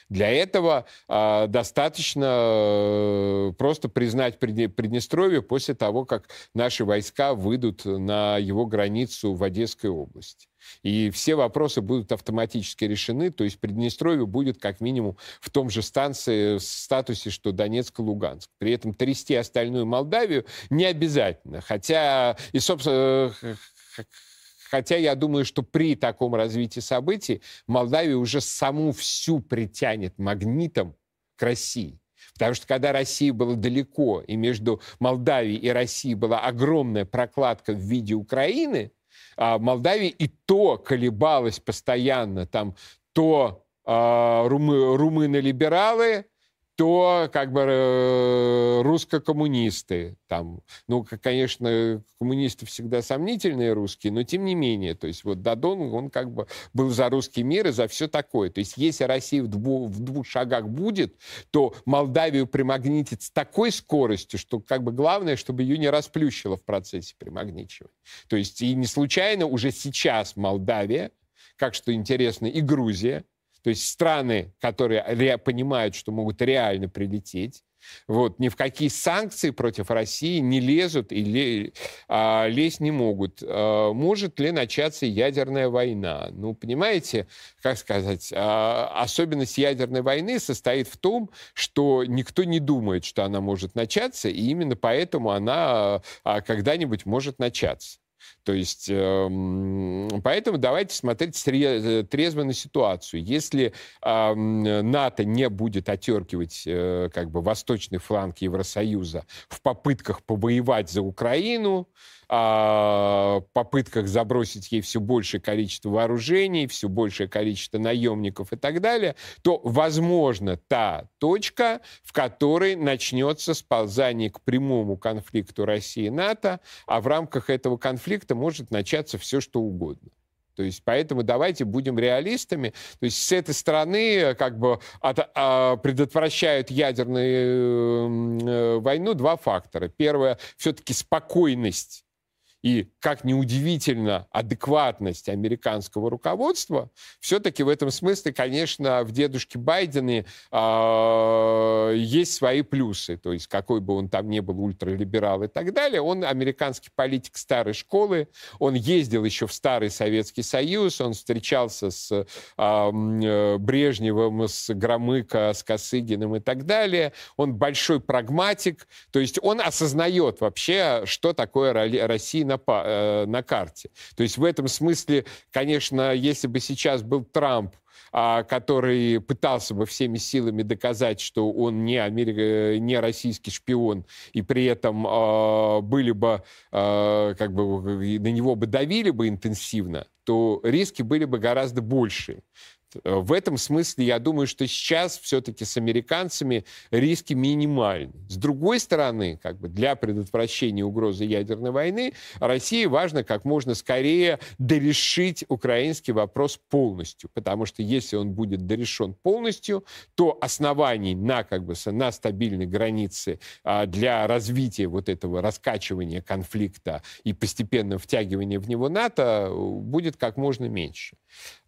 Для этого э, достаточно э, просто признать Приднестровье после того, как наши войска выйдут на его границу в Одесской области. И все вопросы будут автоматически решены, то есть Приднестровье будет как минимум в том же станции, статусе, что Донецк и Луганск. При этом трясти остальную Молдавию не обязательно. Хотя, и, собственно, хотя я думаю, что при таком развитии событий Молдавия уже саму всю притянет магнитом к России. Потому что когда Россия была далеко, и между Молдавией и Россией была огромная прокладка в виде Украины, Молдавия и то колебалась постоянно. Там то э, румы, румыны-либералы, то как бы э, русско-коммунисты. Там, ну, конечно, коммунисты всегда сомнительные русские, но тем не менее. То есть вот Дадон, он как бы был за русский мир и за все такое. То есть если Россия в двух, в двух шагах будет, то Молдавию примагнитит с такой скоростью, что как бы главное, чтобы ее не расплющило в процессе примагничивания. То есть и не случайно уже сейчас Молдавия, как что интересно, и Грузия, то есть страны, которые понимают, что могут реально прилететь, вот, ни в какие санкции против России не лезут и ле, а, лезть не могут. А, может ли начаться ядерная война? Ну, понимаете, как сказать, а, особенность ядерной войны состоит в том, что никто не думает, что она может начаться, и именно поэтому она а, когда-нибудь может начаться. То есть, поэтому давайте смотреть трезво на ситуацию. Если НАТО не будет оттеркивать как бы восточный фланг Евросоюза в попытках повоевать за Украину, в попытках забросить ей все большее количество вооружений, все большее количество наемников и так далее, то, возможно, та точка, в которой начнется сползание к прямому конфликту России и НАТО, а в рамках этого конфликта может начаться все, что угодно. То есть, поэтому давайте будем реалистами. То есть, с этой стороны как бы от, а, предотвращают ядерную э, войну два фактора. Первое, все-таки спокойность и, как ни удивительно, адекватность американского руководства, все-таки в этом смысле, конечно, в дедушке Байдене э, есть свои плюсы. То есть, какой бы он там ни был ультралиберал и так далее, он американский политик старой школы, он ездил еще в старый Советский Союз, он встречался с э, Брежневым, с Громыко, с Косыгиным и так далее. Он большой прагматик, то есть он осознает вообще, что такое Россия на, на карте. То есть в этом смысле, конечно, если бы сейчас был Трамп, который пытался бы всеми силами доказать, что он не, Америка, не российский шпион, и при этом э, были бы, э, как бы, на него бы давили бы интенсивно, то риски были бы гораздо больше. В этом смысле, я думаю, что сейчас все-таки с американцами риски минимальны. С другой стороны, как бы для предотвращения угрозы ядерной войны, России важно как можно скорее дорешить украинский вопрос полностью. Потому что если он будет дорешен полностью, то оснований на, как бы, на стабильной границе для развития вот этого раскачивания конфликта и постепенного втягивания в него НАТО будет как можно меньше.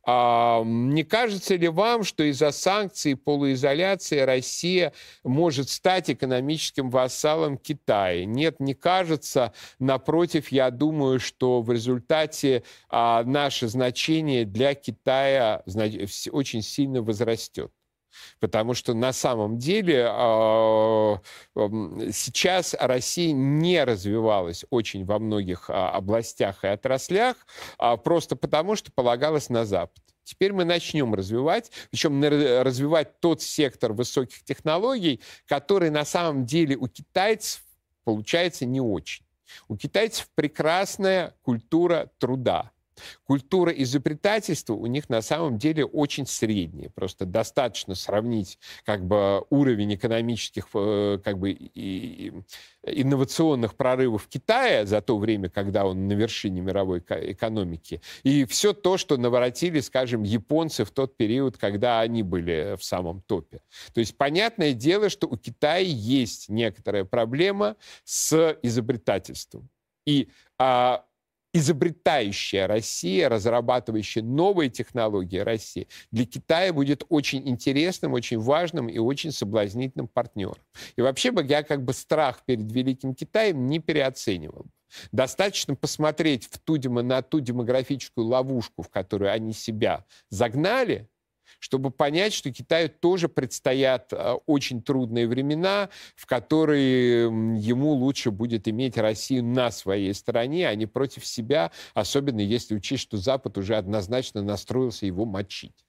А не кажется ли вам, что из-за санкций и полуизоляции Россия может стать экономическим вассалом Китая? Нет, не кажется. Напротив, я думаю, что в результате а, наше значение для Китая очень сильно возрастет. Потому что на самом деле э, э, сейчас Россия не развивалась очень во многих э, областях и отраслях, э, просто потому что полагалась на Запад. Теперь мы начнем развивать, причем развивать тот сектор высоких технологий, который на самом деле у китайцев получается не очень. У китайцев прекрасная культура труда. Культура изобретательства у них на самом деле очень средняя. Просто достаточно сравнить как бы уровень экономических как бы, и, и инновационных прорывов Китая за то время, когда он на вершине мировой экономики, и все то, что наворотили, скажем, японцы в тот период, когда они были в самом топе. То есть понятное дело, что у Китая есть некоторая проблема с изобретательством. И а, изобретающая Россия, разрабатывающая новые технологии Россия, для Китая будет очень интересным, очень важным и очень соблазнительным партнером. И вообще бы я как бы страх перед Великим Китаем не переоценивал. Достаточно посмотреть в ту, на ту демографическую ловушку, в которую они себя загнали, чтобы понять, что Китаю тоже предстоят очень трудные времена, в которые ему лучше будет иметь Россию на своей стороне, а не против себя, особенно если учесть, что Запад уже однозначно настроился его мочить.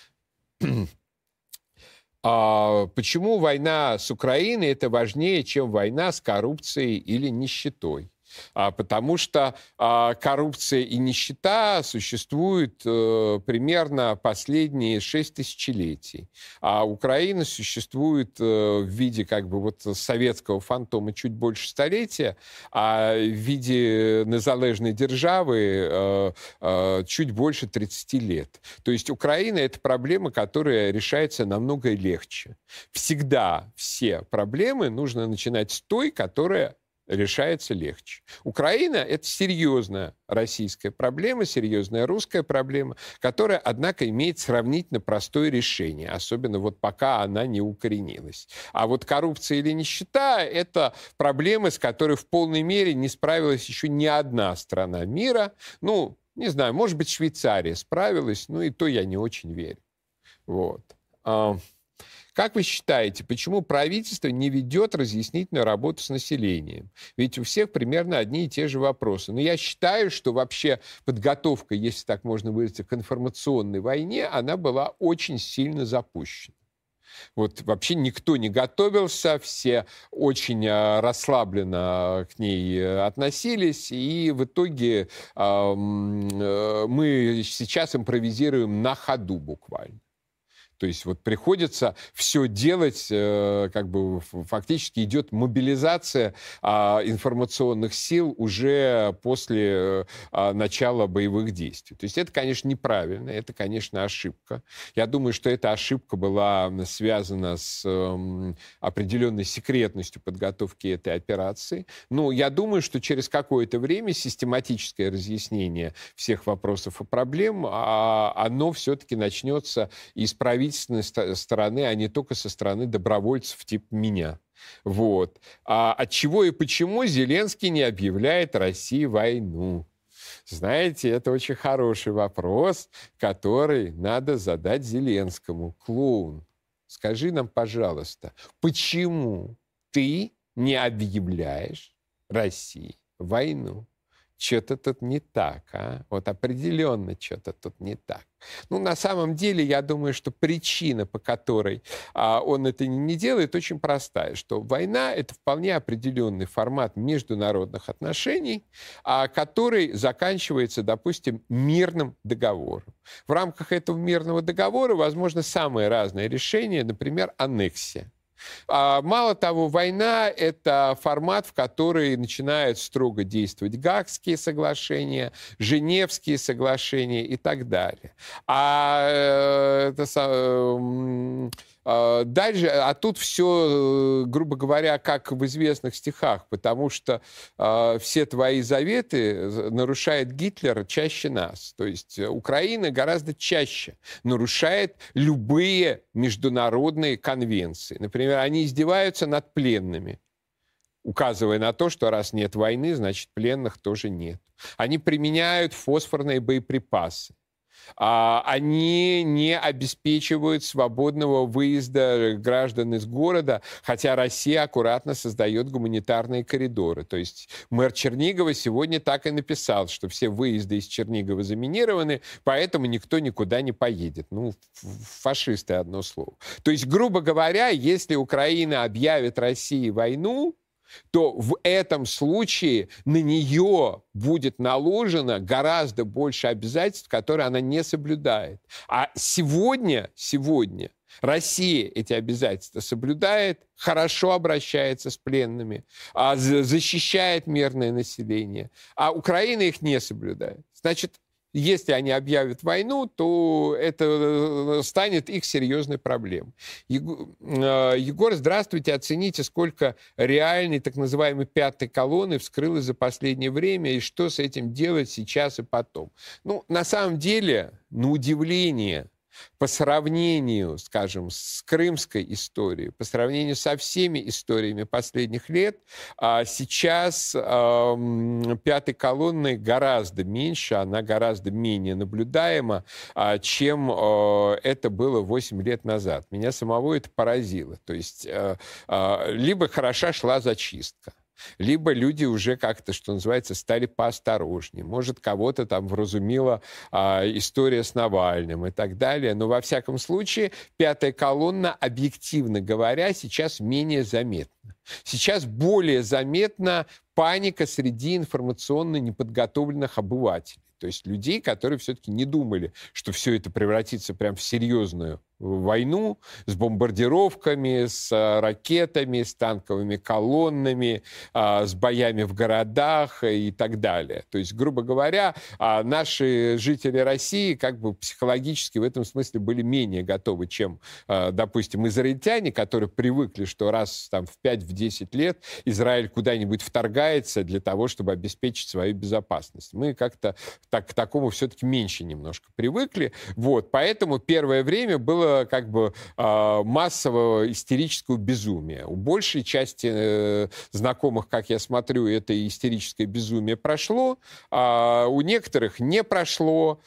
А почему война с Украиной это важнее, чем война с коррупцией или нищетой? А, потому что а, коррупция и нищета существуют э, примерно последние шесть тысячелетий. А Украина существует э, в виде как бы вот советского фантома чуть больше столетия, а в виде незалежной державы э, э, чуть больше тридцати лет. То есть Украина — это проблема, которая решается намного легче. Всегда все проблемы нужно начинать с той, которая решается легче. Украина — это серьезная российская проблема, серьезная русская проблема, которая, однако, имеет сравнительно простое решение, особенно вот пока она не укоренилась. А вот коррупция или нищета — это проблемы, с которой в полной мере не справилась еще ни одна страна мира. Ну, не знаю, может быть, Швейцария справилась, но и то я не очень верю. Вот. Как вы считаете, почему правительство не ведет разъяснительную работу с населением? Ведь у всех примерно одни и те же вопросы. Но я считаю, что вообще подготовка, если так можно выразиться, к информационной войне, она была очень сильно запущена. Вот вообще никто не готовился, все очень э, расслабленно к ней относились, и в итоге э, э, мы сейчас импровизируем на ходу буквально. То есть вот приходится все делать, э, как бы фактически идет мобилизация э, информационных сил уже после э, начала боевых действий. То есть это, конечно, неправильно, это, конечно, ошибка. Я думаю, что эта ошибка была связана с э, определенной секретностью подготовки этой операции. Но я думаю, что через какое-то время систематическое разъяснение всех вопросов и проблем, а, оно все-таки начнется из правительства стороны, а не только со стороны добровольцев типа меня. Вот. А от чего и почему Зеленский не объявляет России войну? Знаете, это очень хороший вопрос, который надо задать Зеленскому. Клоун, скажи нам, пожалуйста, почему ты не объявляешь России войну? Что-то тут не так, а? Вот определенно что-то тут не так. Ну, на самом деле, я думаю, что причина, по которой а, он это не делает, очень простая, что война — это вполне определенный формат международных отношений, а, который заканчивается, допустим, мирным договором. В рамках этого мирного договора возможно самые разные решения, например, аннексия. А, мало того, война — это формат, в который начинают строго действовать Гаагские соглашения, Женевские соглашения и так далее. А это, а, дальше, а тут все, грубо говоря, как в известных стихах, потому что а, все твои заветы нарушает Гитлер чаще нас. То есть Украина гораздо чаще нарушает любые международные конвенции. Например, они издеваются над пленными, указывая на то, что раз нет войны, значит, пленных тоже нет. Они применяют фосфорные боеприпасы. Они не обеспечивают свободного выезда граждан из города, хотя Россия аккуратно создает гуманитарные коридоры. То есть мэр Чернигова сегодня так и написал, что все выезды из Чернигова заминированы, поэтому никто никуда не поедет. Ну, фашисты, одно слово. То есть, грубо говоря, если Украина объявит России войну, то в этом случае на нее будет наложено гораздо больше обязательств, которые она не соблюдает. А сегодня, сегодня Россия эти обязательства соблюдает, хорошо обращается с пленными, защищает мирное население, а Украина их не соблюдает. Значит, Если они объявят войну, то это станет их серьезной проблемой. Егор, здравствуйте. Оцените, сколько реальной так называемой пятой колонны вскрылось за последнее время и что с этим делать сейчас и потом. Ну, на самом деле, на удивление, по сравнению, скажем, с крымской историей, по сравнению со всеми историями последних лет, сейчас пятой колонны гораздо меньше, она гораздо менее наблюдаема, чем это было восемь лет назад. Меня самого это поразило. То есть либо хороша шла зачистка, либо люди уже как-то, что называется, стали поосторожнее. Может, кого-то там вразумила а, история с Навальным и так далее. Но, во всяком случае, пятая колонна, объективно говоря, сейчас менее заметна. Сейчас более заметна паника среди информационно неподготовленных обывателей. То есть людей, которые все-таки не думали, что все это превратится прям в серьезную войну с бомбардировками, с ракетами, с танковыми колоннами, с боями в городах и так далее. То есть, грубо говоря, наши жители России как бы психологически в этом смысле были менее готовы, чем, допустим, израильтяне, которые привыкли, что раз там, в пять-десять лет Израиль куда-нибудь вторгается для того, чтобы обеспечить свою безопасность. Мы как-то так, к такому все-таки меньше немножко привыкли. Вот, поэтому первое время было как бы э, массового истерического безумия. У большей части э, знакомых, как я смотрю, это истерическое безумие прошло, а у некоторых не прошло.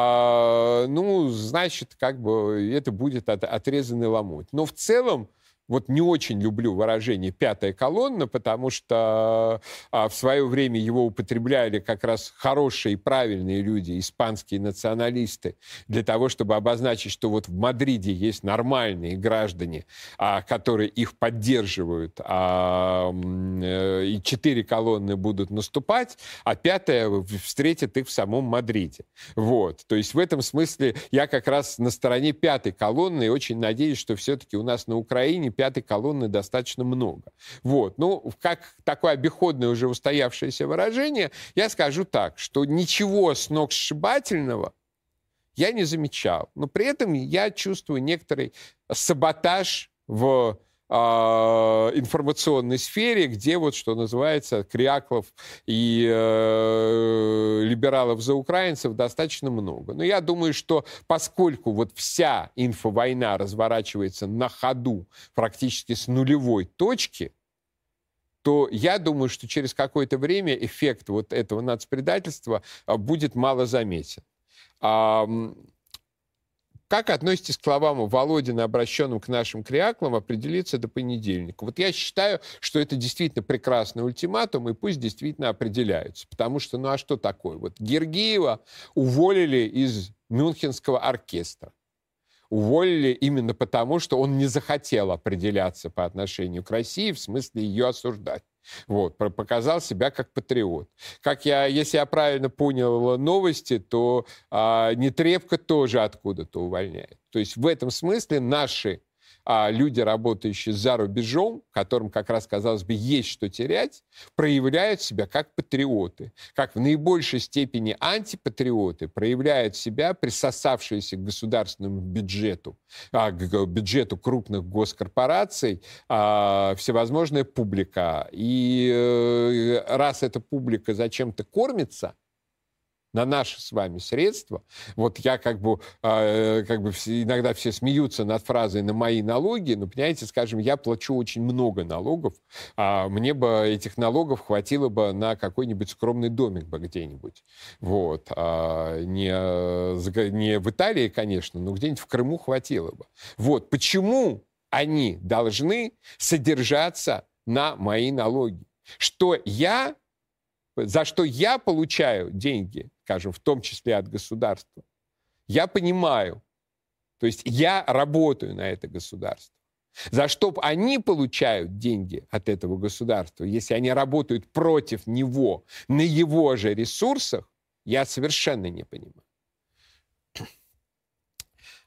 А, ну, значит, как бы это будет от, отрезанный ломоть. Но в целом, вот не очень люблю выражение «пятая колонна», потому что а, в свое время его употребляли как раз хорошие и правильные люди, испанские националисты, для того, чтобы обозначить, что вот в Мадриде есть нормальные граждане, а, которые их поддерживают, а, э, и четыре колонны будут наступать, а пятая встретит их в самом Мадриде. Вот. То есть в этом смысле я как раз на стороне пятой колонны и очень надеюсь, что все-таки у нас на Украине пятой колонны достаточно много. Вот. Ну, как такое обиходное уже устоявшееся выражение, я скажу так, что ничего сногсшибательного я не замечал. Но при этом я чувствую некоторый саботаж в э, информационной сфере, где вот, что называется, кряклов и э, либералов за украинцев достаточно много. Но я думаю, что поскольку вот вся инфовойна разворачивается на ходу практически с нулевой точки, то я думаю, что через какое-то время эффект вот этого нацпредательства будет малозаметен. Как относитесь к словам Володина, обращенным к нашим кряклам, определиться до понедельника? Вот я считаю, что это действительно прекрасный ультиматум, и пусть действительно определяются. Потому что, ну а что такое? Вот Гергиева уволили из Мюнхенского оркестра. Уволили именно потому, что он не захотел определяться по отношению к России, в смысле ее осуждать. Вот, показал себя как патриот. Как я, если я правильно понял новости, то а, Нетребко тоже откуда-то увольняет. То есть в этом смысле наши а, люди, работающие за рубежом, которым как раз, казалось бы, есть что терять, проявляют себя как патриоты. Как в наибольшей степени антипатриоты проявляют себя присосавшиеся к государственному бюджету, а, к бюджету крупных госкорпораций, а, всевозможная публика. И э, раз эта публика зачем-то кормится на наши с вами средства. Вот я как бы, э, как бы все, иногда все смеются над фразой «на мои налоги», но, понимаете, скажем, я плачу очень много налогов, а мне бы этих налогов хватило бы на какой-нибудь скромный домик бы где-нибудь. Вот. А не, не в Италии, конечно, но где-нибудь в Крыму хватило бы. Вот. Почему они должны содержаться на мои налоги? Что я, за что я получаю деньги, скажем, в том числе от государства, я понимаю. То есть я работаю на это государство. За что они получают деньги от этого государства, если они работают против него, на его же ресурсах, я совершенно не понимаю.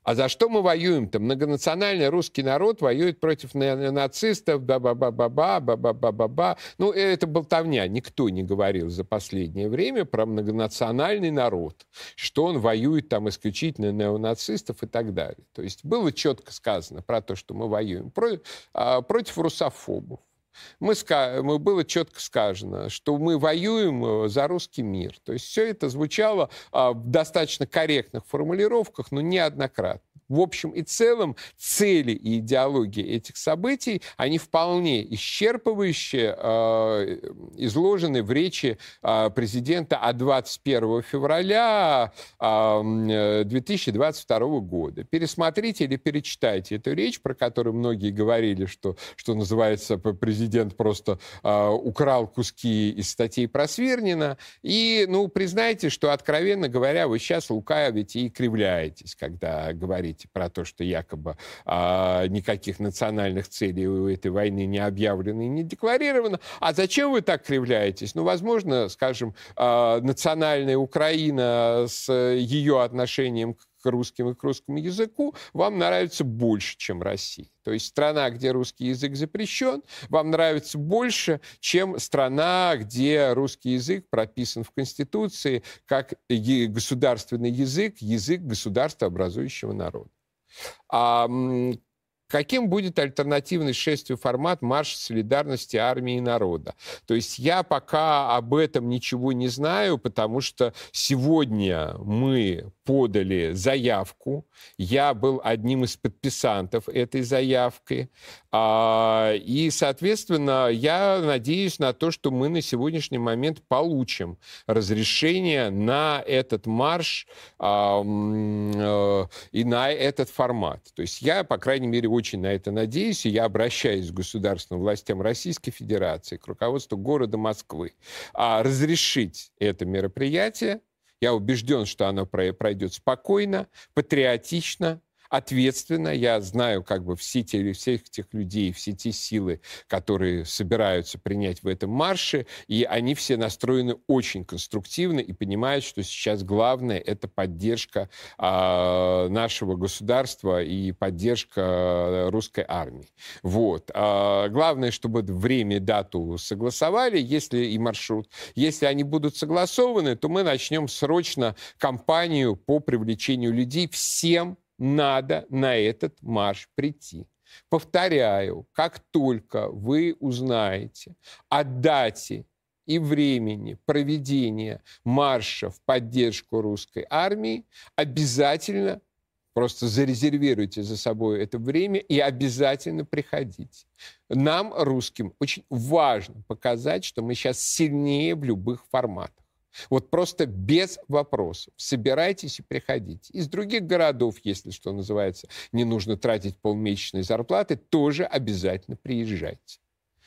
А за что мы воюем-то? Многонациональный русский народ воюет против нацистов, ба-ба-ба-ба-ба, ба-ба-ба-ба-ба. Ну, это болтовня. Никто не говорил за последнее время про многонациональный народ, что он воюет там исключительно неонацистов и так далее. То есть было четко сказано про то, что мы воюем про, а, против русофобов. Мы, мы, было четко сказано, что мы воюем за русский мир. То есть все это звучало а, в достаточно корректных формулировках, но неоднократно. В общем и целом, цели и идеологии этих событий, они вполне исчерпывающе э, изложены в речи э, президента от двадцать первого февраля э, две тысячи двадцать второго года. Пересмотрите или перечитайте эту речь, про которую многие говорили, что, что называется, президент просто э, украл куски из статей про Свирнина. И, ну, признайте, что, откровенно говоря, вы сейчас лукавите и кривляетесь, когда говорите про то, что якобы а, никаких национальных целей у этой войны не объявлено и не декларировано. А зачем вы так кривляетесь? Ну, возможно, скажем, а, национальная Украина с ее отношением к к русским и к русскому языку вам нравится больше, чем Россия. То есть страна, где русский язык запрещен, вам нравится больше, чем страна, где русский язык прописан в Конституции как государственный язык, язык государствообразующего народа. А каким будет альтернативный шествию формат марша солидарности армии и народа? То есть я пока об этом ничего не знаю, потому что сегодня мы подали заявку. Я был одним из подписантов этой заявки. И, соответственно, я надеюсь на то, что мы на сегодняшний момент получим разрешение на этот марш и на этот формат. То есть я, по крайней мере, очень на это надеюсь, и я обращаюсь к государственным властям Российской Федерации, к руководству города Москвы, разрешить это мероприятие. Я убежден, что оно пройдет спокойно, патриотично, ответственно. Я знаю как бы все те, всех этих людей, все те силы, которые собираются принять в этом марше, и они все настроены очень конструктивно и понимают, что сейчас главное — это поддержка э, нашего государства и поддержка русской армии. Вот. А главное, чтобы время и дату согласовали, если и маршрут. Если они будут согласованы, то мы начнем срочно кампанию по привлечению людей. Всем надо на этот марш прийти. Повторяю, как только вы узнаете о дате и времени проведения марша в поддержку русской армии, обязательно просто зарезервируйте за собой это время и обязательно приходите. Нам, русским, очень важно показать, что мы сейчас сильнее в любых форматах. Вот просто без вопросов. Собирайтесь и приходите. Из других городов, если, что называется, не нужно тратить полмесячной зарплаты, тоже обязательно приезжайте.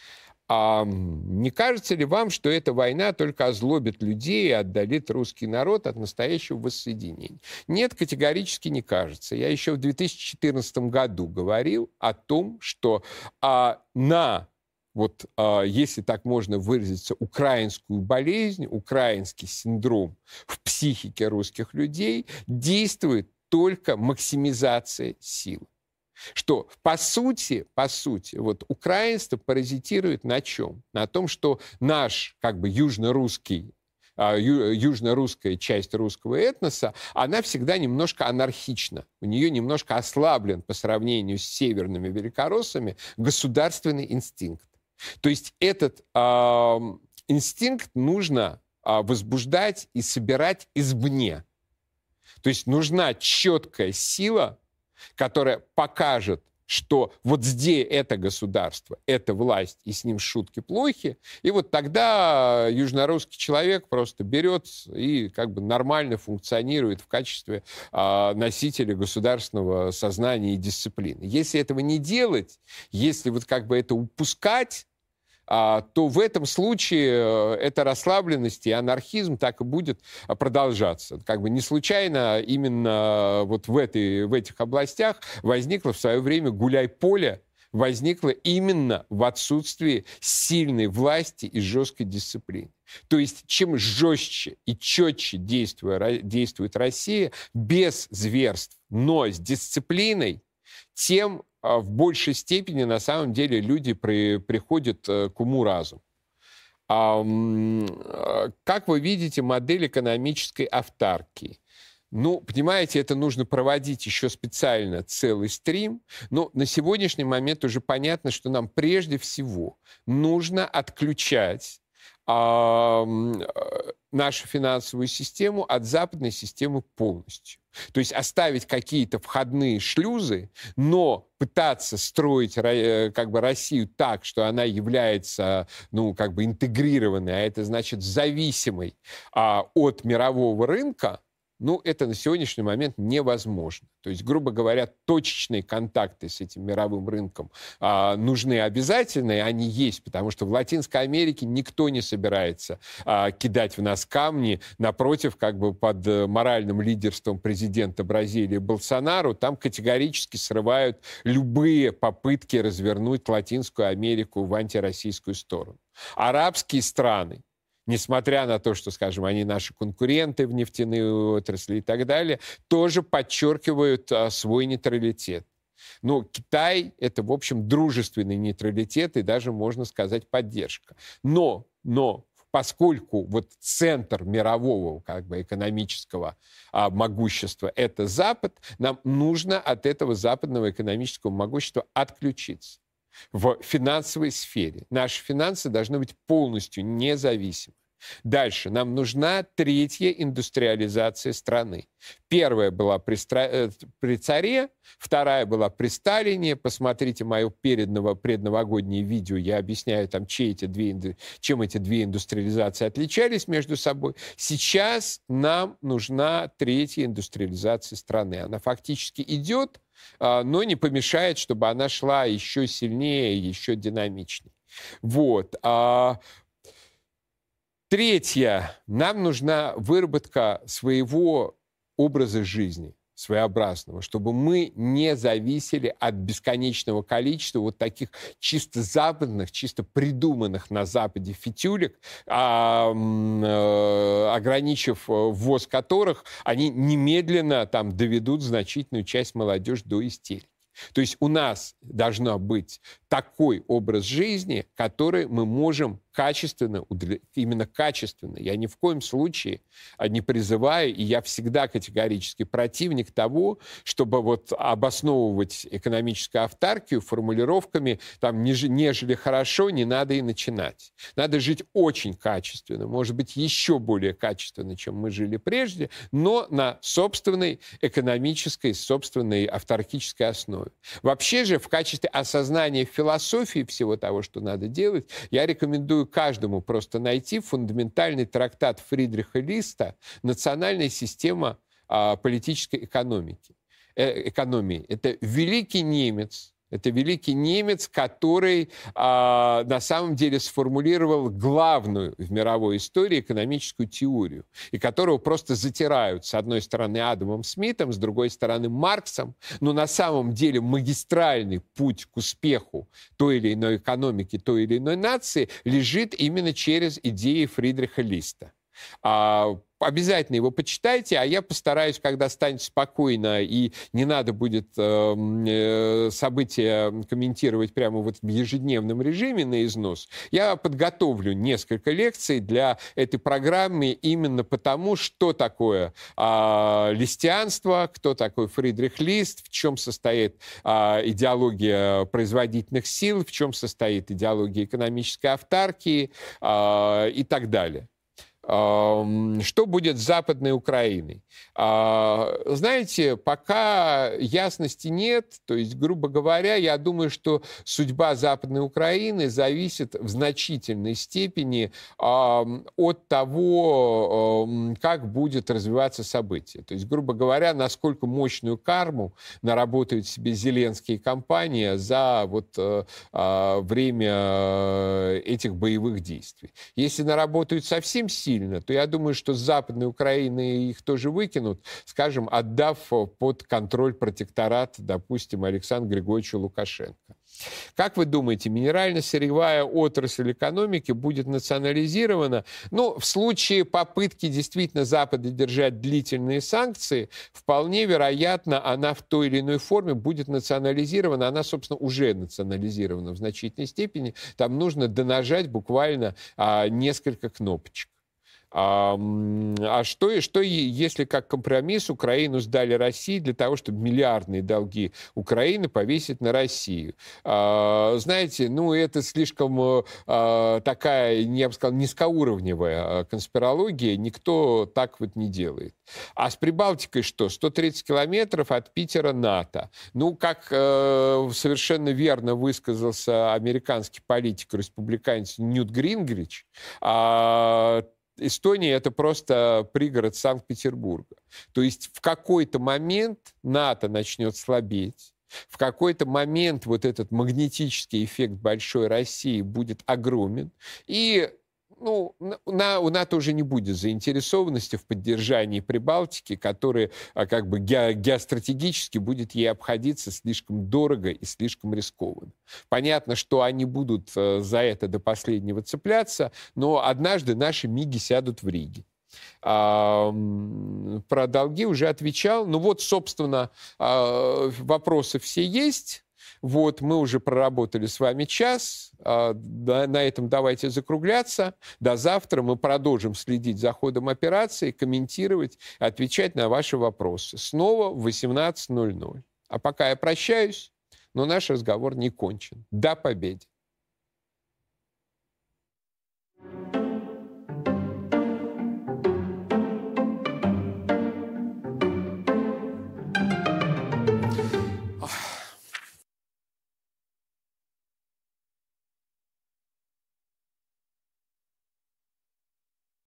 А не кажется ли вам, что эта война только озлобит людей и отдалит русский народ от настоящего воссоединения? Нет, категорически не кажется. Я еще в две тысячи четырнадцатом году говорил о том, что а, на... вот, э, если так можно выразиться, украинскую болезнь, украинский синдром в психике русских людей действует только максимизация силы. Что, по сути, по сути, вот украинство паразитирует на чем? На том, что наш, как бы, южно-русский, э, ю, южно-русская часть русского этноса, она всегда немножко анархична. У нее немножко ослаблен по сравнению с северными великороссами государственный инстинкт. То есть этот э, инстинкт нужно э, возбуждать и собирать извне. То есть нужна четкая сила, которая покажет, что вот здесь это государство, это власть, и с ним шутки плохи. И вот тогда южнорусский человек просто берет и как бы нормально функционирует в качестве э, носителя государственного сознания и дисциплины. Если этого не делать, если вот как бы это упускать, то в этом случае эта расслабленность и анархизм так и будет продолжаться. Как бы не случайно именно вот в, этой, в этих областях возникло в свое время гуляй-поле, возникло именно в отсутствии сильной власти и жесткой дисциплины. То есть чем жестче и четче действует Россия, без зверств, но с дисциплиной, тем в большей степени на самом деле люди при, приходят к уму-разуму. Как вы видите, модель экономической автаркии. Ну, понимаете, это нужно проводить еще специально целый стрим. Но на сегодняшний момент уже понятно, что нам прежде всего нужно отключать а, нашу финансовую систему от западной системы полностью. То есть оставить какие-то входные шлюзы, но пытаться строить как бы Россию так, что она является, ну, как бы интегрированной, а это значит зависимой а, от мирового рынка, ну, это на сегодняшний момент невозможно. То есть, грубо говоря, точечные контакты с этим мировым рынком а, нужны обязательно, и они есть, потому что в Латинской Америке никто не собирается а, кидать в нас камни. Напротив, как бы под моральным лидерством президента Бразилии Болсонару, там категорически срывают любые попытки развернуть Латинскую Америку в антироссийскую сторону. Арабские страны, несмотря на то, что, скажем, они наши конкуренты в нефтяной отрасли и так далее, тоже подчеркивают а, свой нейтралитет. Но Китай — это, в общем, дружественный нейтралитет и даже, можно сказать, поддержка. Но, но поскольку вот центр мирового как бы, экономического а, могущества — это Запад, нам нужно от этого западного экономического могущества отключиться. В финансовой сфере наши финансы должны быть полностью независимы. Дальше. Нам нужна третья индустриализация страны. Первая была при, стра... при царе, вторая была при Сталине. Посмотрите мое передново... предновогоднее видео. Я объясняю, там, чьи эти две... чем эти две индустриализации отличались между собой. Сейчас нам нужна третья индустриализация страны. Она фактически идет, но не помешает, чтобы она шла еще сильнее, еще динамичнее. Вот. Третье. Нам нужна выработка своего образа жизни, своеобразного, чтобы мы не зависели от бесконечного количества вот таких чисто западных, чисто придуманных на Западе фитюлек, а, а, ограничив ввоз которых, они немедленно там доведут значительную часть молодежи до истерики. То есть у нас должна быть такой образ жизни, который мы можем качественно, именно качественно. Я ни в коем случае не призываю, и я всегда категорически противник того, чтобы вот обосновывать экономическую автаркию формулировками там, нежели хорошо, не надо и начинать. Надо жить очень качественно, может быть, еще более качественно, чем мы жили прежде, но на собственной экономической, собственной автаркической основе. Вообще же в качестве осознания философии всего того, что надо делать, я рекомендую каждому просто найти фундаментальный трактат Фридриха Листа «Национальная система а, политической экономики». Э, экономии. Это великий немец, это великий немец, который а, на самом деле сформулировал главную в мировой истории экономическую теорию, и которого просто затирают с одной стороны Адамом Смитом, с другой стороны Марксом, но на самом деле магистральный путь к успеху той или иной экономики, той или иной нации лежит именно через идеи Фридриха Листа. А, обязательно его почитайте, а я постараюсь, когда станет спокойно и не надо будет э, события комментировать прямо вот в ежедневном режиме на износ, я подготовлю несколько лекций для этой программы именно потому, что такое э, листианство, кто такой Фридрих Лист, в чем состоит э, идеология производительных сил, в чем состоит идеология экономической автаркии э, и так далее. Что будет с Западной Украиной? Знаете, пока ясности нет, то есть, грубо говоря, я думаю, что судьба Западной Украины зависит в значительной степени от того, как будет развиваться событие. То есть, грубо говоря, насколько мощную карму наработают себе Зеленский и компания за вот время этих боевых действий. Если наработают совсем сильно, то я думаю, что с Западной Украины их тоже выкинут, скажем, отдав под контроль протекторат, допустим, Александру Григорьевичу Лукашенко. Как вы думаете, минерально-сырьевая отрасль экономики будет национализирована? Ну, в случае попытки действительно Запада держать длительные санкции, вполне вероятно, она в той или иной форме будет национализирована. Она, собственно, уже национализирована в значительной степени. Там нужно донажать буквально а, несколько кнопочек. А, а что, что, если как компромисс Украину сдали России для того, чтобы миллиардные долги Украины повесить на Россию? А, знаете, ну это слишком а, такая, я бы сказал, низкоуровневая конспирология. Никто так вот не делает. А с Прибалтикой что? сто тридцать километров от Питера НАТО. Ну, как э, совершенно верно высказался американский политик-республиканец Ньют Гингрич, а, Эстония — это просто пригород Санкт-Петербурга. То есть в какой-то момент НАТО начнет слабеть, в какой-то момент вот этот магнетический эффект большой России будет огромен, и ну, на, у НАТО уже не будет заинтересованности в поддержании Прибалтики, которая как бы ге, геостратегически будет ей обходиться слишком дорого и слишком рискованно. Понятно, что они будут за это до последнего цепляться, но однажды наши МИГи сядут в Риге. А, про долги уже отвечал. Ну вот, собственно, вопросы все есть. Вот, мы уже проработали с вами час. На этом давайте закругляться. До завтра мы продолжим следить за ходом операции, комментировать, отвечать на ваши вопросы. Снова в восемнадцать ноль ноль. А пока я прощаюсь, но наш разговор не кончен. До победы!